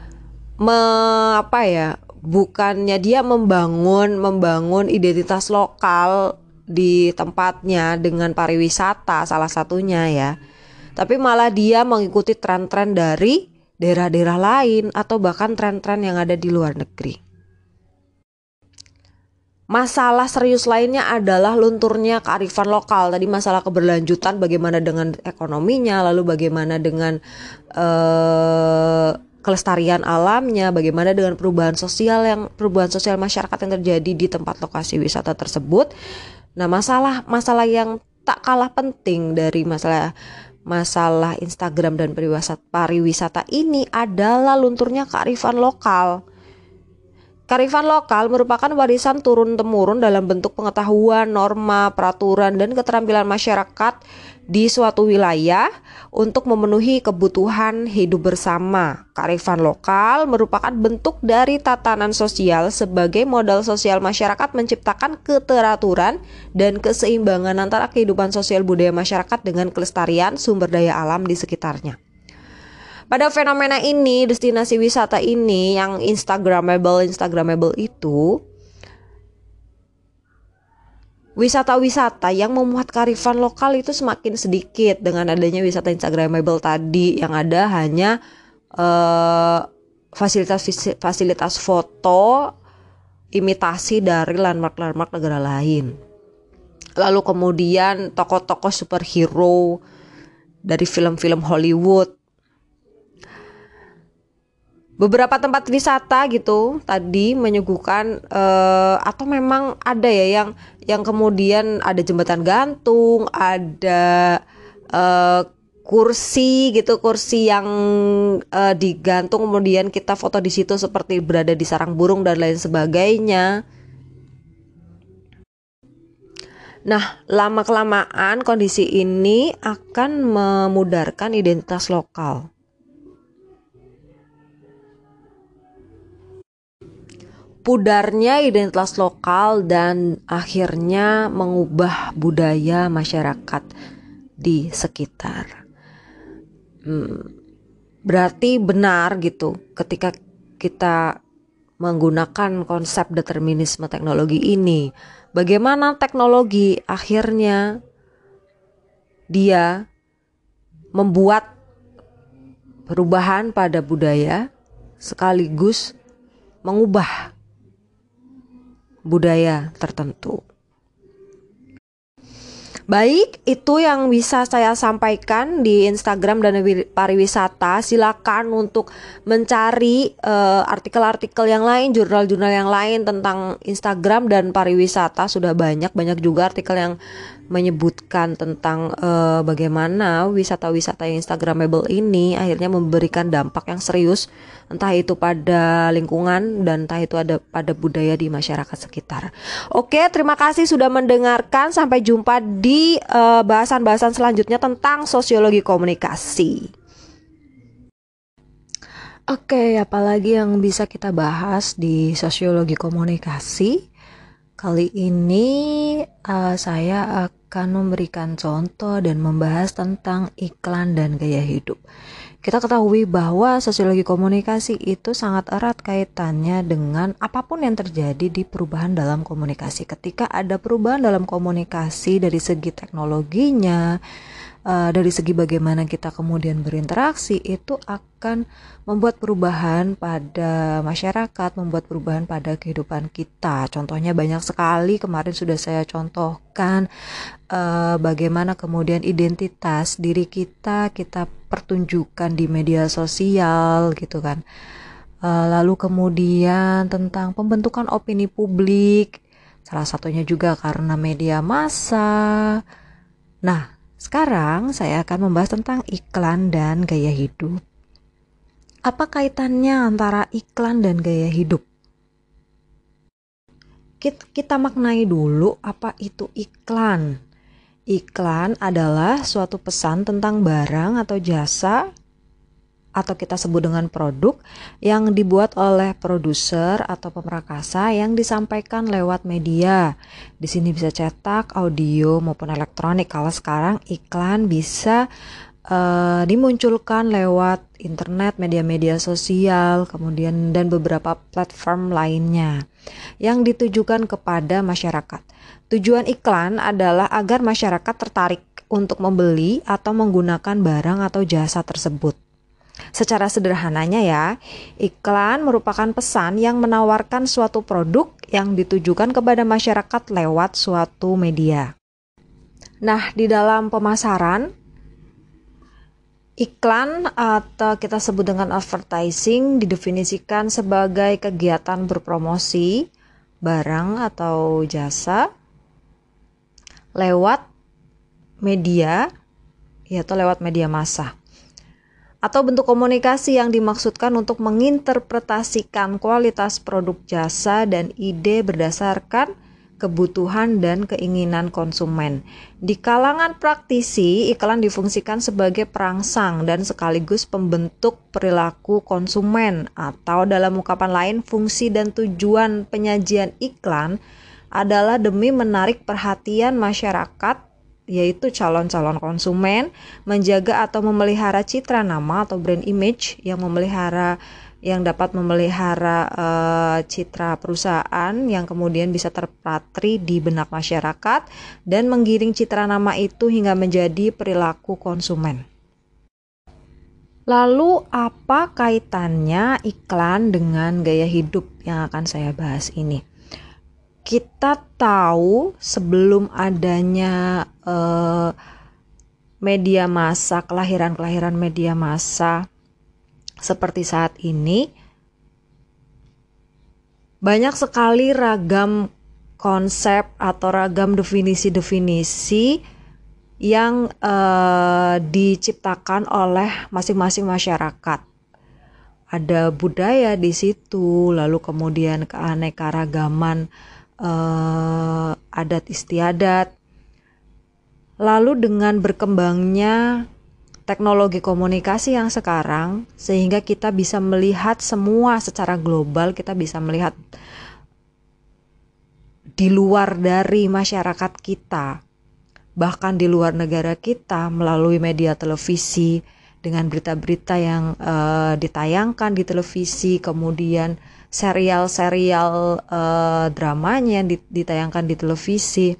bukannya dia membangun identitas lokal di tempatnya dengan pariwisata salah satunya ya. Tapi malah dia mengikuti tren-tren dari daerah-daerah lain atau bahkan tren-tren yang ada di luar negeri. Masalah serius lainnya adalah lunturnya kearifan lokal. Tadi masalah keberlanjutan, bagaimana dengan ekonominya, lalu bagaimana dengan kelestarian alamnya, bagaimana dengan perubahan sosial masyarakat yang terjadi di tempat lokasi wisata tersebut. Nah, masalah yang tak kalah penting dari masalah Instagram dan pariwisata ini adalah lunturnya kearifan lokal. Kearifan lokal merupakan warisan turun-temurun dalam bentuk pengetahuan, norma, peraturan, dan keterampilan masyarakat di suatu wilayah untuk memenuhi kebutuhan hidup bersama. Kearifan lokal merupakan bentuk dari tatanan sosial sebagai modal sosial masyarakat menciptakan keteraturan dan keseimbangan antara kehidupan sosial budaya masyarakat dengan kelestarian sumber daya alam di sekitarnya. Pada fenomena ini, destinasi wisata ini yang Instagramable itu, wisata-wisata yang memuat kearifan lokal itu semakin sedikit dengan adanya wisata Instagramable tadi, yang ada hanya fasilitas foto imitasi dari landmark-landmark negara lain. Lalu kemudian tokoh-tokoh superhero dari film-film Hollywood. Beberapa tempat wisata gitu tadi menyuguhkan atau memang ada ya yang kemudian ada jembatan gantung, ada kursi gitu, kursi yang digantung kemudian kita foto di situ seperti berada di sarang burung dan lain sebagainya. Nah, lama-kelamaan kondisi ini akan memudarkan identitas lokal. Pudarnya identitas lokal dan akhirnya mengubah budaya masyarakat di sekitar. Berarti benar gitu ketika kita menggunakan konsep determinisme teknologi ini. Bagaimana teknologi akhirnya dia membuat perubahan pada budaya sekaligus mengubah budaya tertentu. Baik, itu yang bisa saya sampaikan di Instagram dan pariwisata. Silakan untuk mencari artikel-artikel yang lain, jurnal-jurnal yang lain tentang Instagram dan pariwisata. Sudah banyak juga artikel yang menyebutkan tentang bagaimana wisata-wisata yang Instagramable ini akhirnya memberikan dampak yang serius, entah itu pada lingkungan dan entah itu ada pada budaya di masyarakat sekitar. Oke, terima kasih sudah mendengarkan. Sampai jumpa di bahasan-bahasan selanjutnya tentang sosiologi komunikasi. Oke, apalagi yang bisa kita bahas di sosiologi komunikasi? Kali ini saya akan memberikan contoh dan membahas tentang iklan dan gaya hidup. Kita ketahui bahwa sosiologi komunikasi itu sangat erat kaitannya dengan apapun yang terjadi di perubahan dalam komunikasi. Ketika ada perubahan dalam komunikasi dari segi teknologinya, dari segi bagaimana kita kemudian berinteraksi, itu akan membuat perubahan pada masyarakat, membuat perubahan pada kehidupan kita. Contohnya banyak sekali, kemarin sudah saya contohkan bagaimana kemudian identitas diri kita pertunjukkan di media sosial gitu kan. Lalu kemudian tentang pembentukan opini publik, salah satunya juga karena media massa. Nah, sekarang saya akan membahas tentang iklan dan gaya hidup. Apa kaitannya antara iklan dan gaya hidup? Kita maknai dulu apa itu iklan. Iklan adalah suatu pesan tentang barang atau jasa, atau kita sebut dengan produk, yang dibuat oleh produser atau pemrakasa yang disampaikan lewat media. Di sini bisa cetak, audio maupun elektronik. Kalau sekarang iklan bisa dimunculkan lewat internet, media-media sosial, kemudian dan beberapa platform lainnya yang ditujukan kepada masyarakat. Tujuan iklan adalah agar masyarakat tertarik untuk membeli atau menggunakan barang atau jasa tersebut. Secara sederhananya ya, iklan merupakan pesan yang menawarkan suatu produk yang ditujukan kepada masyarakat lewat suatu media. Nah, di dalam pemasaran, iklan atau kita sebut dengan advertising didefinisikan sebagai kegiatan berpromosi barang atau jasa lewat media, yaitu lewat media massa, atau bentuk komunikasi yang dimaksudkan untuk menginterpretasikan kualitas produk jasa dan ide berdasarkan kebutuhan dan keinginan konsumen. Di kalangan praktisi, iklan difungsikan sebagai perangsang dan sekaligus pembentuk perilaku konsumen, atau dalam ungkapan lain, fungsi dan tujuan penyajian iklan adalah demi menarik perhatian masyarakat, yaitu calon-calon konsumen, menjaga atau memelihara citra nama atau brand image yang dapat memelihara citra perusahaan yang kemudian bisa terpatri di benak masyarakat dan menggiring citra nama itu hingga menjadi perilaku konsumen. Lalu apa kaitannya iklan dengan gaya hidup yang akan saya bahas ini? Kita tahu sebelum adanya media massa, kelahiran media massa seperti saat ini, banyak sekali ragam konsep atau ragam definisi-definisi yang diciptakan oleh masing-masing masyarakat. Ada budaya di situ, lalu kemudian keanekaragaman adat istiadat. Lalu dengan berkembangnya teknologi komunikasi yang sekarang, sehingga kita bisa melihat semua secara global, kita bisa melihat di luar dari masyarakat kita, bahkan di luar negara kita melalui media televisi, dengan berita-berita yang ditayangkan di televisi, kemudian serial-serial dramanya yang ditayangkan di televisi.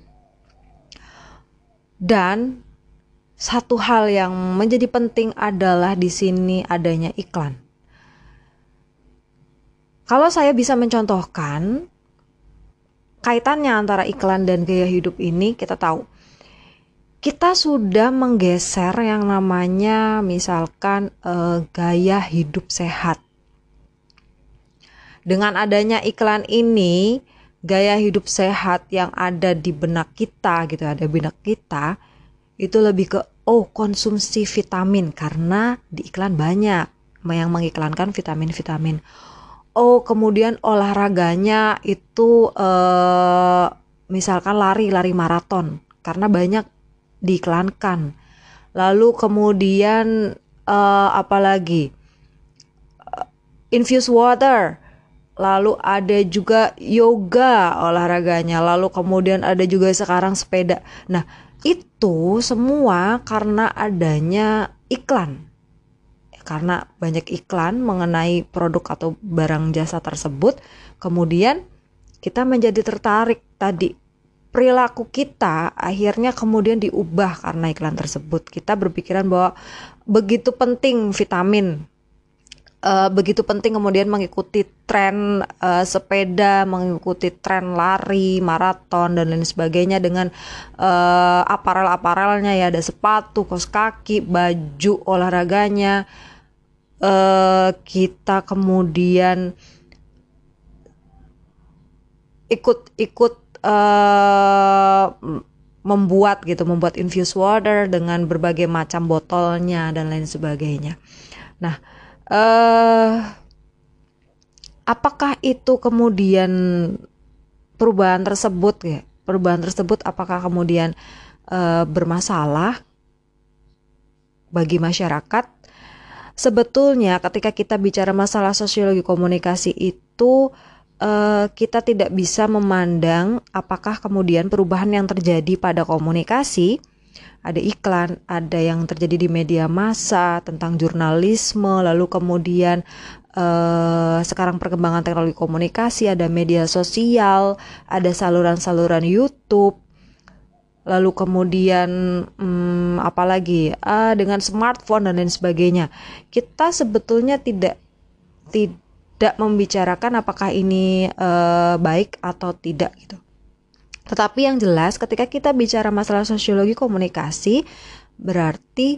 Dan satu hal yang menjadi penting adalah di sini adanya iklan. Kalau saya bisa mencontohkan kaitannya antara iklan dan gaya hidup ini, kita tahu kita sudah menggeser yang namanya misalkan gaya hidup sehat. Dengan adanya iklan ini, gaya hidup sehat yang ada di benak kita gitu, ada benak kita, itu lebih ke konsumsi vitamin, karena di iklan banyak yang mengiklankan vitamin-vitamin. Kemudian olahraganya itu misalkan lari maraton, karena banyak diiklankan. Lalu kemudian apalagi infused water. Lalu ada juga yoga olahraganya. Lalu kemudian ada juga sekarang sepeda. Nah, itu semua karena adanya iklan. Karena banyak iklan mengenai produk atau barang jasa tersebut, kemudian kita menjadi tertarik tadi. Perilaku kita akhirnya kemudian diubah karena iklan tersebut. Kita berpikiran bahwa begitu penting vitamin, begitu penting kemudian mengikuti tren sepeda, mengikuti tren lari, maraton dan lain sebagainya dengan aparel-aparelnya, ya, ada sepatu, kaos kaki, baju olahraganya. Kita kemudian ikut membuat infused water dengan berbagai macam botolnya dan lain sebagainya. Nah, apakah itu kemudian perubahan tersebut apakah kemudian bermasalah bagi masyarakat? Sebetulnya ketika kita bicara masalah sosiologi komunikasi itu, kita tidak bisa memandang apakah kemudian perubahan yang terjadi pada komunikasi, ada iklan, ada yang terjadi di media massa tentang jurnalisme, lalu kemudian sekarang perkembangan teknologi komunikasi, ada media sosial, ada saluran-saluran YouTube, lalu kemudian apalagi dengan smartphone dan lain sebagainya. Kita sebetulnya tidak membicarakan apakah ini baik atau tidak gitu. Tetapi yang jelas ketika kita bicara masalah sosiologi komunikasi, berarti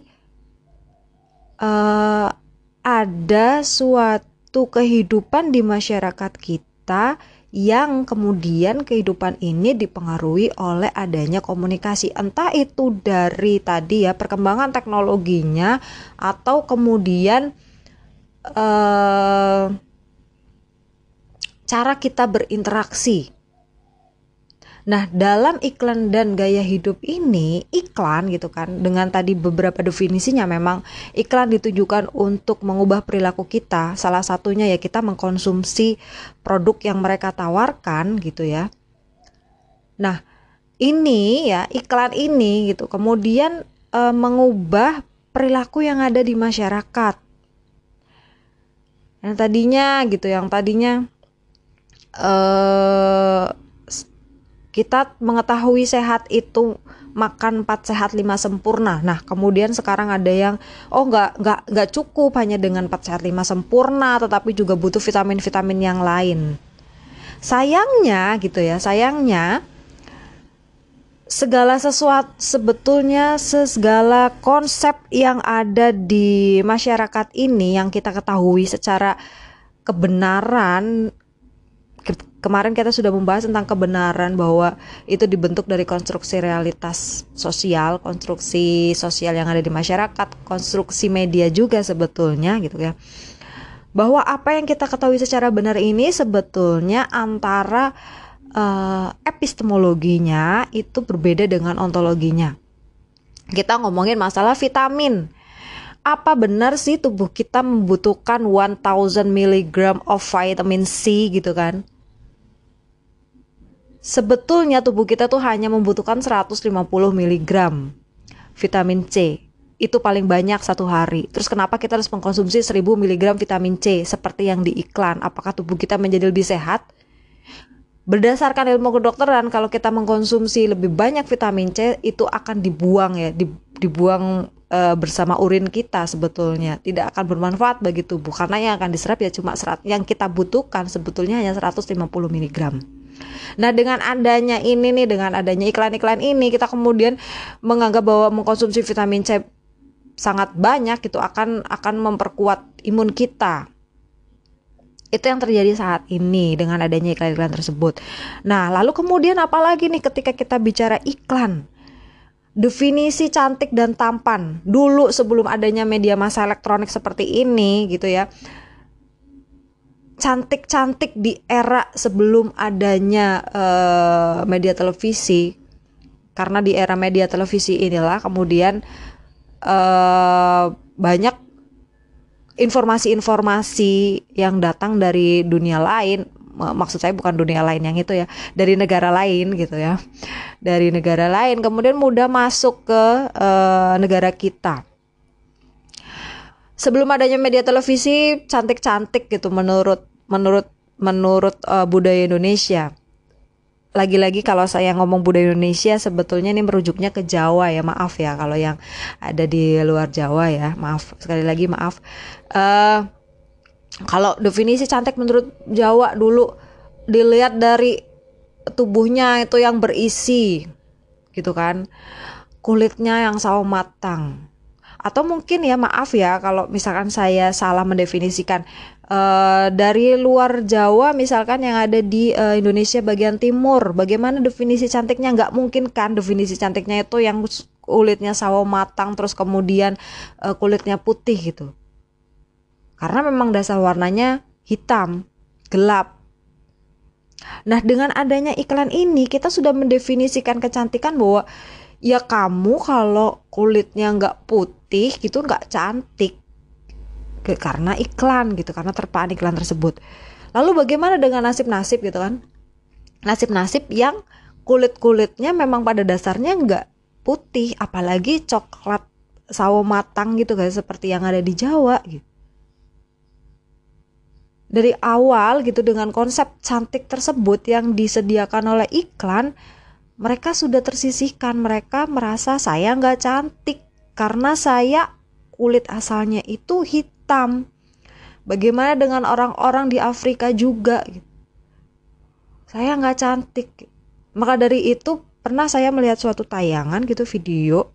ada suatu kehidupan di masyarakat kita yang kemudian kehidupan ini dipengaruhi oleh adanya komunikasi. Entah itu dari tadi ya perkembangan teknologinya, atau kemudian cara kita berinteraksi. Nah, dalam iklan dan gaya hidup ini, iklan gitu kan, dengan tadi beberapa definisinya memang iklan ditujukan untuk mengubah perilaku kita. Salah satunya ya kita mengkonsumsi produk yang mereka tawarkan gitu ya. Nah, ini ya iklan ini gitu kemudian mengubah perilaku yang ada di masyarakat. Yang tadinya kita mengetahui sehat itu makan 4 sehat 5 sempurna. Nah, kemudian sekarang ada yang nggak cukup hanya dengan 4 sehat 5 sempurna, tetapi juga butuh vitamin-vitamin yang lain. Sayangnya segala sesuatu sebetulnya segala konsep yang ada di masyarakat ini yang kita ketahui secara kebenaran. Kemarin kita sudah membahas tentang kebenaran bahwa itu dibentuk dari konstruksi realitas sosial, konstruksi sosial yang ada di masyarakat, konstruksi media juga sebetulnya gitu ya. Bahwa apa yang kita ketahui secara benar ini sebetulnya antara epistemologinya itu berbeda dengan ontologinya. Kita ngomongin masalah vitamin. Apa benar sih tubuh kita membutuhkan 1000 mg of vitamin C gitu kan? Sebetulnya tubuh kita tuh hanya membutuhkan 150 mg vitamin C. Itu paling banyak satu hari. Terus kenapa kita harus mengkonsumsi 1000 mg vitamin C seperti yang di iklan? Apakah tubuh kita menjadi lebih sehat? Berdasarkan ilmu kedokteran, kalau kita mengkonsumsi lebih banyak vitamin C itu akan dibuang ya, dibuang bersama urin kita sebetulnya. Tidak akan bermanfaat bagi tubuh karena yang akan diserap ya cuma serat yang kita butuhkan sebetulnya hanya 150 mg. Nah, dengan adanya iklan-iklan ini kita kemudian menganggap bahwa mengkonsumsi vitamin C sangat banyak itu akan memperkuat imun kita. Itu yang terjadi saat ini dengan adanya iklan-iklan tersebut. Nah, lalu kemudian apalagi nih ketika kita bicara iklan? Definisi cantik dan tampan. Dulu sebelum adanya media massa elektronik seperti ini gitu ya. Cantik-cantik di era sebelum adanya media televisi. Karena di era media televisi inilah kemudian banyak informasi-informasi yang datang dari dunia lain, maksud saya bukan dunia lain yang itu ya, dari negara lain gitu ya, dari negara lain kemudian mudah masuk ke negara kita. Sebelum adanya media televisi cantik-cantik gitu menurut budaya Indonesia. Lagi-lagi kalau saya ngomong budaya Indonesia sebetulnya ini merujuknya ke Jawa ya, maaf ya kalau yang ada di luar Jawa ya, maaf sekali lagi maaf. Kalau definisi cantik menurut Jawa dulu dilihat dari tubuhnya itu yang berisi gitu kan, kulitnya yang sawo matang. Atau mungkin ya maaf ya kalau misalkan saya salah mendefinisikan, dari luar Jawa misalkan yang ada di Indonesia bagian timur, bagaimana definisi cantiknya? Nggak mungkin kan definisi cantiknya itu yang kulitnya sawo matang terus kemudian kulitnya putih gitu, karena memang dasar warnanya hitam gelap. Nah, dengan adanya iklan ini kita sudah mendefinisikan kecantikan bahwa ya kamu kalau kulitnya nggak putih gitu nggak cantik, karena iklan gitu, karena terpaan iklan tersebut. Lalu bagaimana dengan nasib-nasib gitu kan, nasib-nasib yang kulit-kulitnya memang pada dasarnya nggak putih, apalagi coklat sawo matang gitu kan, seperti yang ada di Jawa gitu. Dari awal gitu dengan konsep cantik tersebut yang disediakan oleh iklan, mereka sudah tersisihkan. Mereka merasa saya nggak cantik karena saya kulit asalnya itu hitam. Bagaimana dengan orang-orang di Afrika juga? Saya nggak cantik. Maka dari itu pernah saya melihat suatu tayangan gitu, video.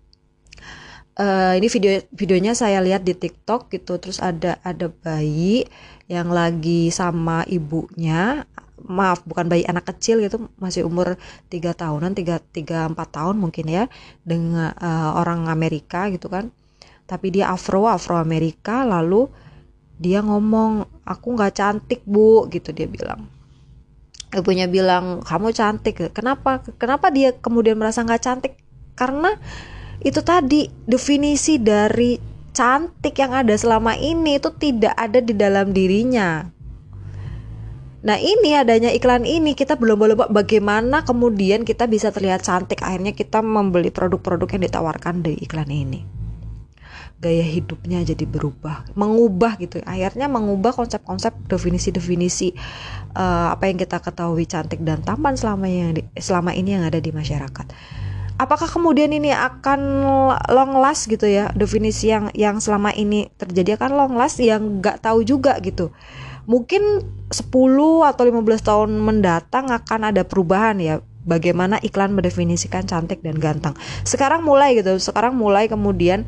Ini videonya saya lihat di TikTok gitu. Terus ada bayi yang lagi sama ibunya. Maaf, bukan bayi, anak kecil gitu, masih umur 3 tahunan, 3-4 tahun mungkin ya, dengan orang Amerika gitu kan. Tapi dia Afro Amerika, lalu dia ngomong, aku nggak cantik bu gitu dia bilang. ibunya bilang kamu cantik. Kenapa dia kemudian merasa nggak cantik? Karena itu tadi, definisi dari cantik yang ada selama ini itu tidak ada di dalam dirinya. Nah, ini adanya iklan ini, kita belum bagaimana kemudian kita bisa terlihat cantik. Akhirnya kita membeli produk-produk yang ditawarkan dari iklan ini. Gaya hidupnya jadi berubah, mengubah gitu. Akhirnya mengubah konsep-konsep, definisi-definisi apa yang kita ketahui cantik dan tampan selama ini yang ada di masyarakat. Apakah kemudian ini akan long last gitu ya? Definisi yang selama ini terjadi akan long last, yang nggak tahu juga gitu. Mungkin 10 atau 15 tahun mendatang akan ada perubahan ya, bagaimana iklan mendefinisikan cantik dan ganteng. Sekarang mulai kemudian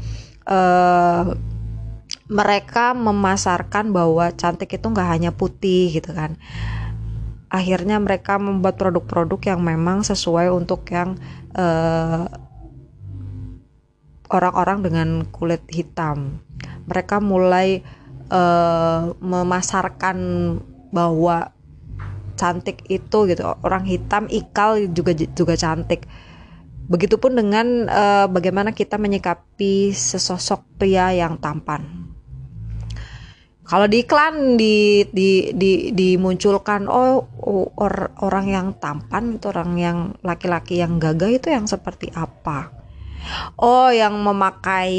mereka memasarkan bahwa cantik itu nggak hanya putih gitu kan. Akhirnya mereka membuat produk-produk yang memang sesuai untuk yang orang-orang dengan kulit hitam. Mereka mulai memasarkan bahwa cantik itu gitu, orang hitam ikal juga cantik. Begitupun dengan bagaimana kita menyikapi sesosok pria yang tampan. Kalau di iklan dimunculkan orang yang tampan itu, orang yang laki-laki yang gagah itu yang seperti apa? Oh, yang memakai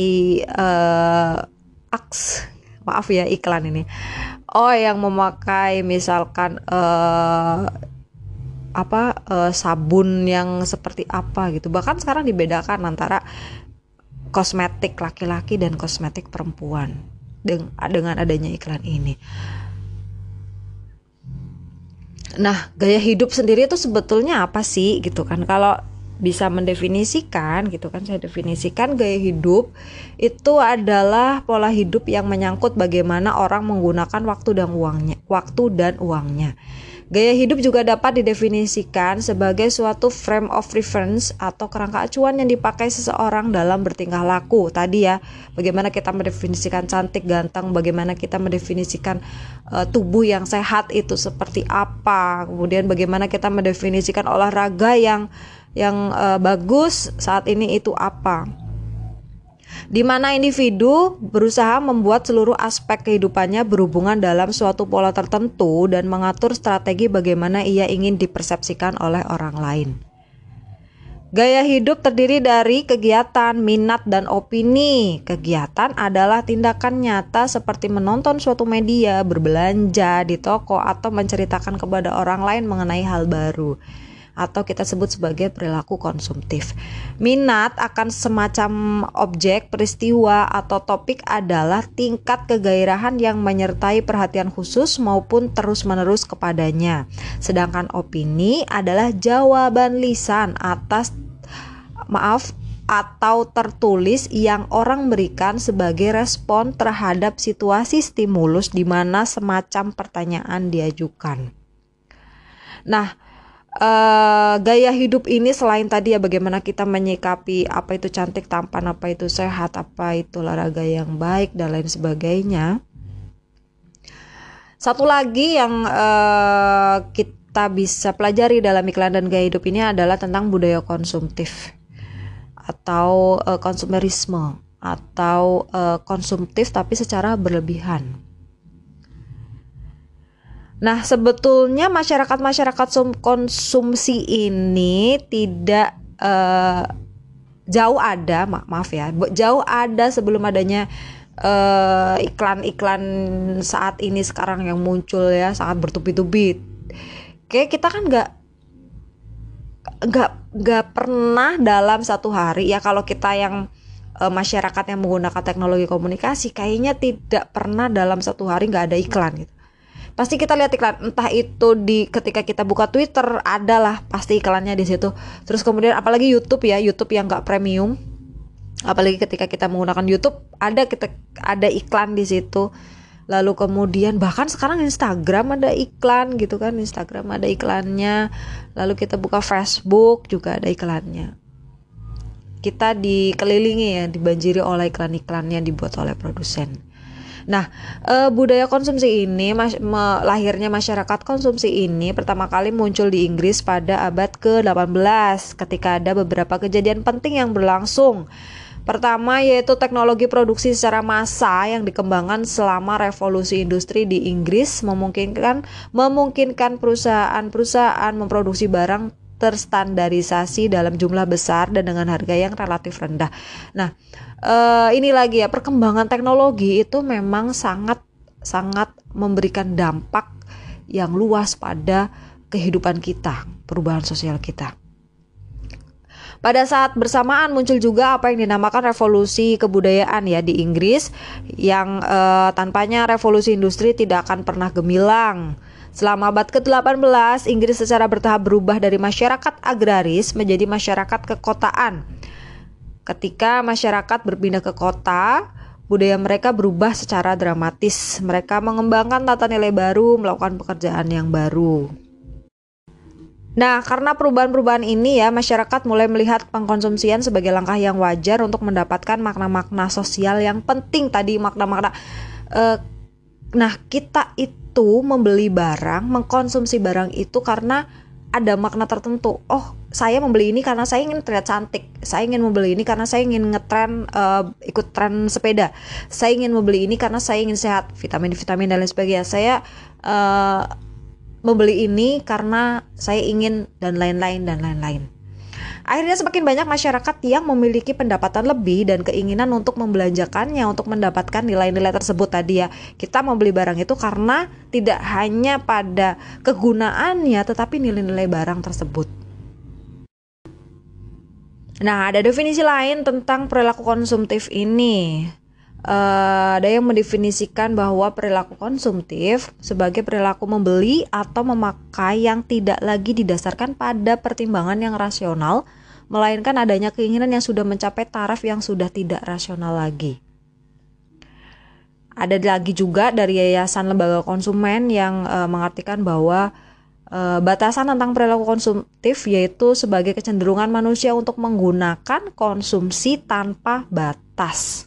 maaf ya iklan ini. Oh, yang memakai misalkan sabun yang seperti apa gitu. Bahkan sekarang dibedakan antara kosmetik laki-laki dan kosmetik perempuan dengan adanya iklan ini. Nah, gaya hidup sendiri itu sebetulnya apa sih gitu kan? Kalau bisa mendefinisikan gitu kan, saya definisikan gaya hidup itu adalah pola hidup yang menyangkut bagaimana orang menggunakan waktu dan uangnya. Gaya hidup juga dapat didefinisikan sebagai suatu frame of reference atau kerangka acuan yang dipakai seseorang dalam bertingkah laku. Tadi ya, bagaimana kita mendefinisikan cantik, ganteng, bagaimana kita mendefinisikan tubuh yang sehat itu seperti apa. Kemudian bagaimana kita mendefinisikan olahraga yang bagus saat ini itu apa. Di mana individu berusaha membuat seluruh aspek kehidupannya berhubungan dalam suatu pola tertentu dan mengatur strategi bagaimana ia ingin dipersepsikan oleh orang lain. Gaya hidup terdiri dari kegiatan, minat, dan opini. Kegiatan adalah tindakan nyata seperti menonton suatu media, berbelanja di toko, atau menceritakan kepada orang lain mengenai hal baru, atau kita sebut sebagai perilaku konsumtif. Minat akan semacam objek, peristiwa, atau topik adalah tingkat kegairahan yang menyertai perhatian khusus maupun terus-menerus kepadanya. Sedangkan opini adalah jawaban lisan atau tertulis yang orang berikan sebagai respon terhadap situasi stimulus di mana semacam pertanyaan diajukan. Nah, gaya hidup ini selain tadi ya bagaimana kita menyikapi apa itu cantik, tampan, apa itu sehat, apa itu olahraga yang baik dan lain sebagainya. Satu lagi yang kita bisa pelajari dalam iklan dan gaya hidup ini adalah tentang budaya konsumtif atau konsumerisme atau konsumtif tapi secara berlebihan. Nah, sebetulnya masyarakat konsumsi ini tidak jauh ada sebelum adanya iklan-iklan saat ini sekarang yang muncul ya, sangat bertubi-tubi. Kayak kita kan nggak pernah dalam satu hari ya, kalau kita yang masyarakat yang menggunakan teknologi komunikasi kayaknya tidak pernah dalam satu hari nggak ada iklan gitu. Pasti kita lihat iklan, entah itu ketika kita buka Twitter adalah pasti iklannya di situ. Terus kemudian apalagi YouTube yang nggak premium, apalagi ketika kita menggunakan YouTube ada iklan di situ. Lalu kemudian bahkan sekarang Instagram ada iklan gitu kan, Instagram ada iklannya. Lalu kita buka Facebook juga ada iklannya. Kita dikelilingi ya, dibanjiri oleh iklan-iklan yang dibuat oleh produsen. Nah, budaya konsumsi ini, lahirnya masyarakat konsumsi ini pertama kali muncul di Inggris pada abad ke-18 ketika ada beberapa kejadian penting yang berlangsung. Pertama yaitu teknologi produksi secara massal yang dikembangkan selama revolusi industri di Inggris memungkinkan perusahaan-perusahaan memproduksi barang terstandarisasi dalam jumlah besar dan dengan harga yang relatif rendah. Nah, ini lagi ya, perkembangan teknologi itu memang sangat memberikan dampak yang luas pada kehidupan kita, perubahan sosial kita. Pada saat bersamaan muncul juga apa yang dinamakan revolusi kebudayaan ya di Inggris yang tanpanya revolusi industri tidak akan pernah gemilang. Selama abad ke-18, Inggris secara bertahap berubah dari masyarakat agraris menjadi masyarakat kekotaan. Ketika masyarakat berpindah ke kota, budaya mereka berubah secara dramatis. Mereka mengembangkan tata nilai baru, melakukan pekerjaan yang baru. Nah, karena perubahan-perubahan ini ya, masyarakat mulai melihat pengkonsumsian sebagai langkah yang wajar untuk mendapatkan makna-makna sosial yang penting tadi, makna-makna. Nah, kita itu membeli barang, mengkonsumsi barang itu karena ada makna tertentu. Oh, saya membeli ini karena saya ingin terlihat cantik. Saya ingin membeli ini karena saya ingin ikut tren sepeda. Saya ingin membeli ini karena saya ingin sehat, vitamin-vitamin dan lain sebagainya. Saya membeli ini karena saya ingin dan lain-lain. Akhirnya semakin banyak masyarakat yang memiliki pendapatan lebih dan keinginan untuk membelanjakannya untuk mendapatkan nilai-nilai tersebut tadi ya. Kita membeli barang itu karena tidak hanya pada kegunaannya tetapi nilai-nilai barang tersebut. Nah, ada definisi lain tentang perilaku konsumtif ini. Ada yang mendefinisikan bahwa perilaku konsumtif sebagai perilaku membeli atau memakai yang tidak lagi didasarkan pada pertimbangan yang rasional, melainkan adanya keinginan yang sudah mencapai taraf yang sudah tidak rasional lagi. Ada lagi juga dari Yayasan Lembaga Konsumen yang mengartikan bahwa batasan tentang perilaku konsumtif yaitu sebagai kecenderungan manusia untuk menggunakan konsumsi tanpa batas.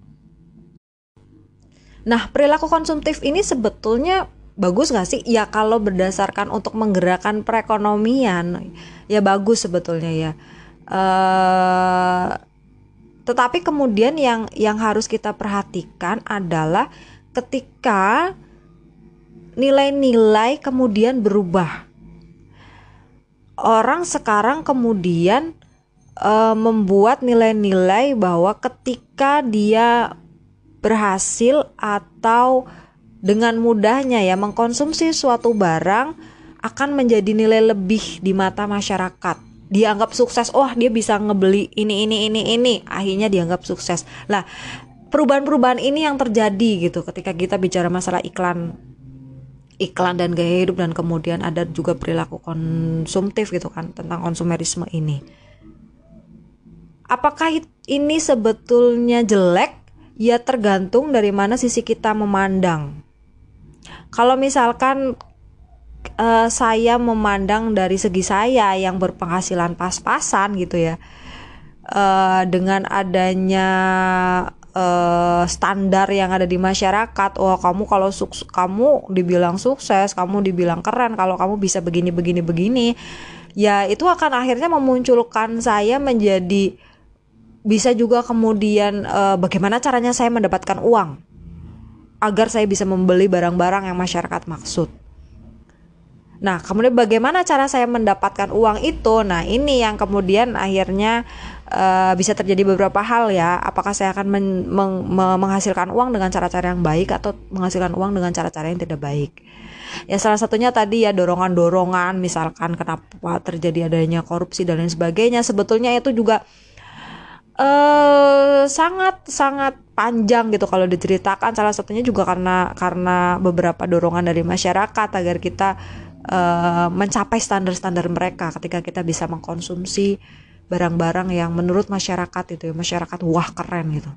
Nah, perilaku konsumtif ini sebetulnya bagus gak sih? Ya kalau berdasarkan untuk menggerakkan perekonomian, ya bagus sebetulnya ya. Tetapi kemudian yang harus kita perhatikan adalah ketika nilai-nilai kemudian berubah. Orang sekarang kemudian membuat nilai-nilai bahwa ketika dia berhasil atau dengan mudahnya ya mengkonsumsi suatu barang akan menjadi nilai lebih di mata masyarakat. Dianggap sukses, dia bisa ngebeli ini, akhirnya dianggap sukses. Lah, perubahan-perubahan ini yang terjadi gitu ketika kita bicara masalah iklan dan gaya hidup dan kemudian ada juga perilaku konsumtif gitu kan tentang konsumerisme ini. Apakah ini sebetulnya jelek? Ya tergantung dari mana sisi kita memandang. Kalau misalkan saya memandang dari segi saya yang berpenghasilan pas-pasan gitu ya, dengan adanya standar yang ada di masyarakat, kamu kalau kamu dibilang sukses, kamu dibilang keren kalau kamu bisa begini, ya itu akan akhirnya memunculkan saya menjadi bisa juga kemudian bagaimana caranya saya mendapatkan uang agar saya bisa membeli barang-barang yang masyarakat maksud. Nah, kemudian bagaimana cara saya mendapatkan uang itu? Nah, ini yang kemudian akhirnya bisa terjadi beberapa hal ya. Apakah saya akan menghasilkan uang dengan cara-cara yang baik atau menghasilkan uang dengan cara-cara yang tidak baik? Ya salah satunya tadi ya dorongan-dorongan, misalkan kenapa terjadi adanya korupsi dan lain sebagainya. Sebetulnya itu juga sangat panjang gitu kalau diceritakan. Salah satunya juga karena beberapa dorongan dari masyarakat agar kita mencapai standar-standar mereka ketika kita bisa mengkonsumsi barang-barang yang menurut masyarakat itu ya, masyarakat wah keren gitu.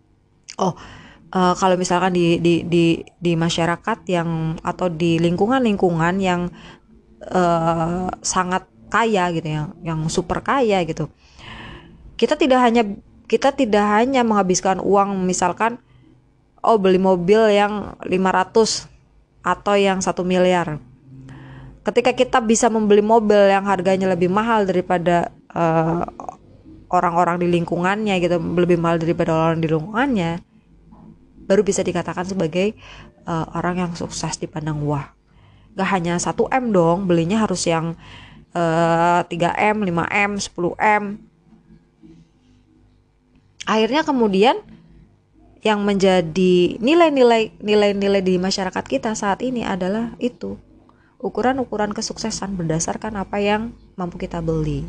Kalau misalkan di masyarakat yang atau di lingkungan yang sangat kaya gitu ya, yang super kaya gitu. Kita tidak hanya menghabiskan uang misalkan oh beli mobil yang 500 atau yang 1 miliar. Ketika kita bisa membeli mobil yang harganya lebih mahal daripada orang-orang di lingkungannya gitu, lebih mahal daripada orang di lingkungannya, baru bisa dikatakan sebagai orang yang sukses dipandang wah. Gak hanya 1M dong, belinya harus yang 3M, 5M, 10M. Akhirnya kemudian yang menjadi nilai-nilai di masyarakat kita saat ini adalah itu, ukuran-ukuran kesuksesan berdasarkan apa yang mampu kita beli.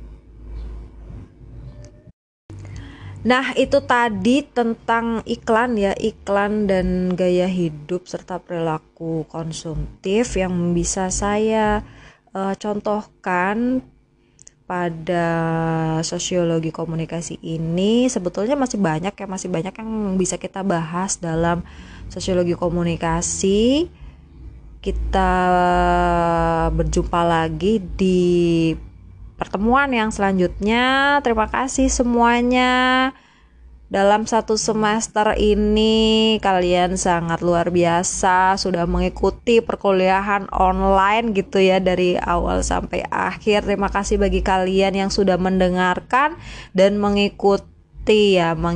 Nah, itu tadi tentang iklan ya, iklan dan gaya hidup serta perilaku konsumtif yang bisa saya contohkan pada sosiologi komunikasi ini. Sebetulnya masih banyak yang bisa kita bahas dalam sosiologi komunikasi. Kita berjumpa lagi di pertemuan yang selanjutnya. Terima kasih semuanya. Dalam 1 semester ini kalian sangat luar biasa, sudah mengikuti perkuliahan online gitu ya dari awal sampai akhir. Terima kasih bagi kalian yang sudah mendengarkan dan mengikuti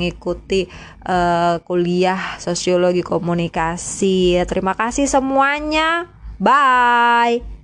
kuliah sosiologi komunikasi. Terima kasih semuanya. Bye.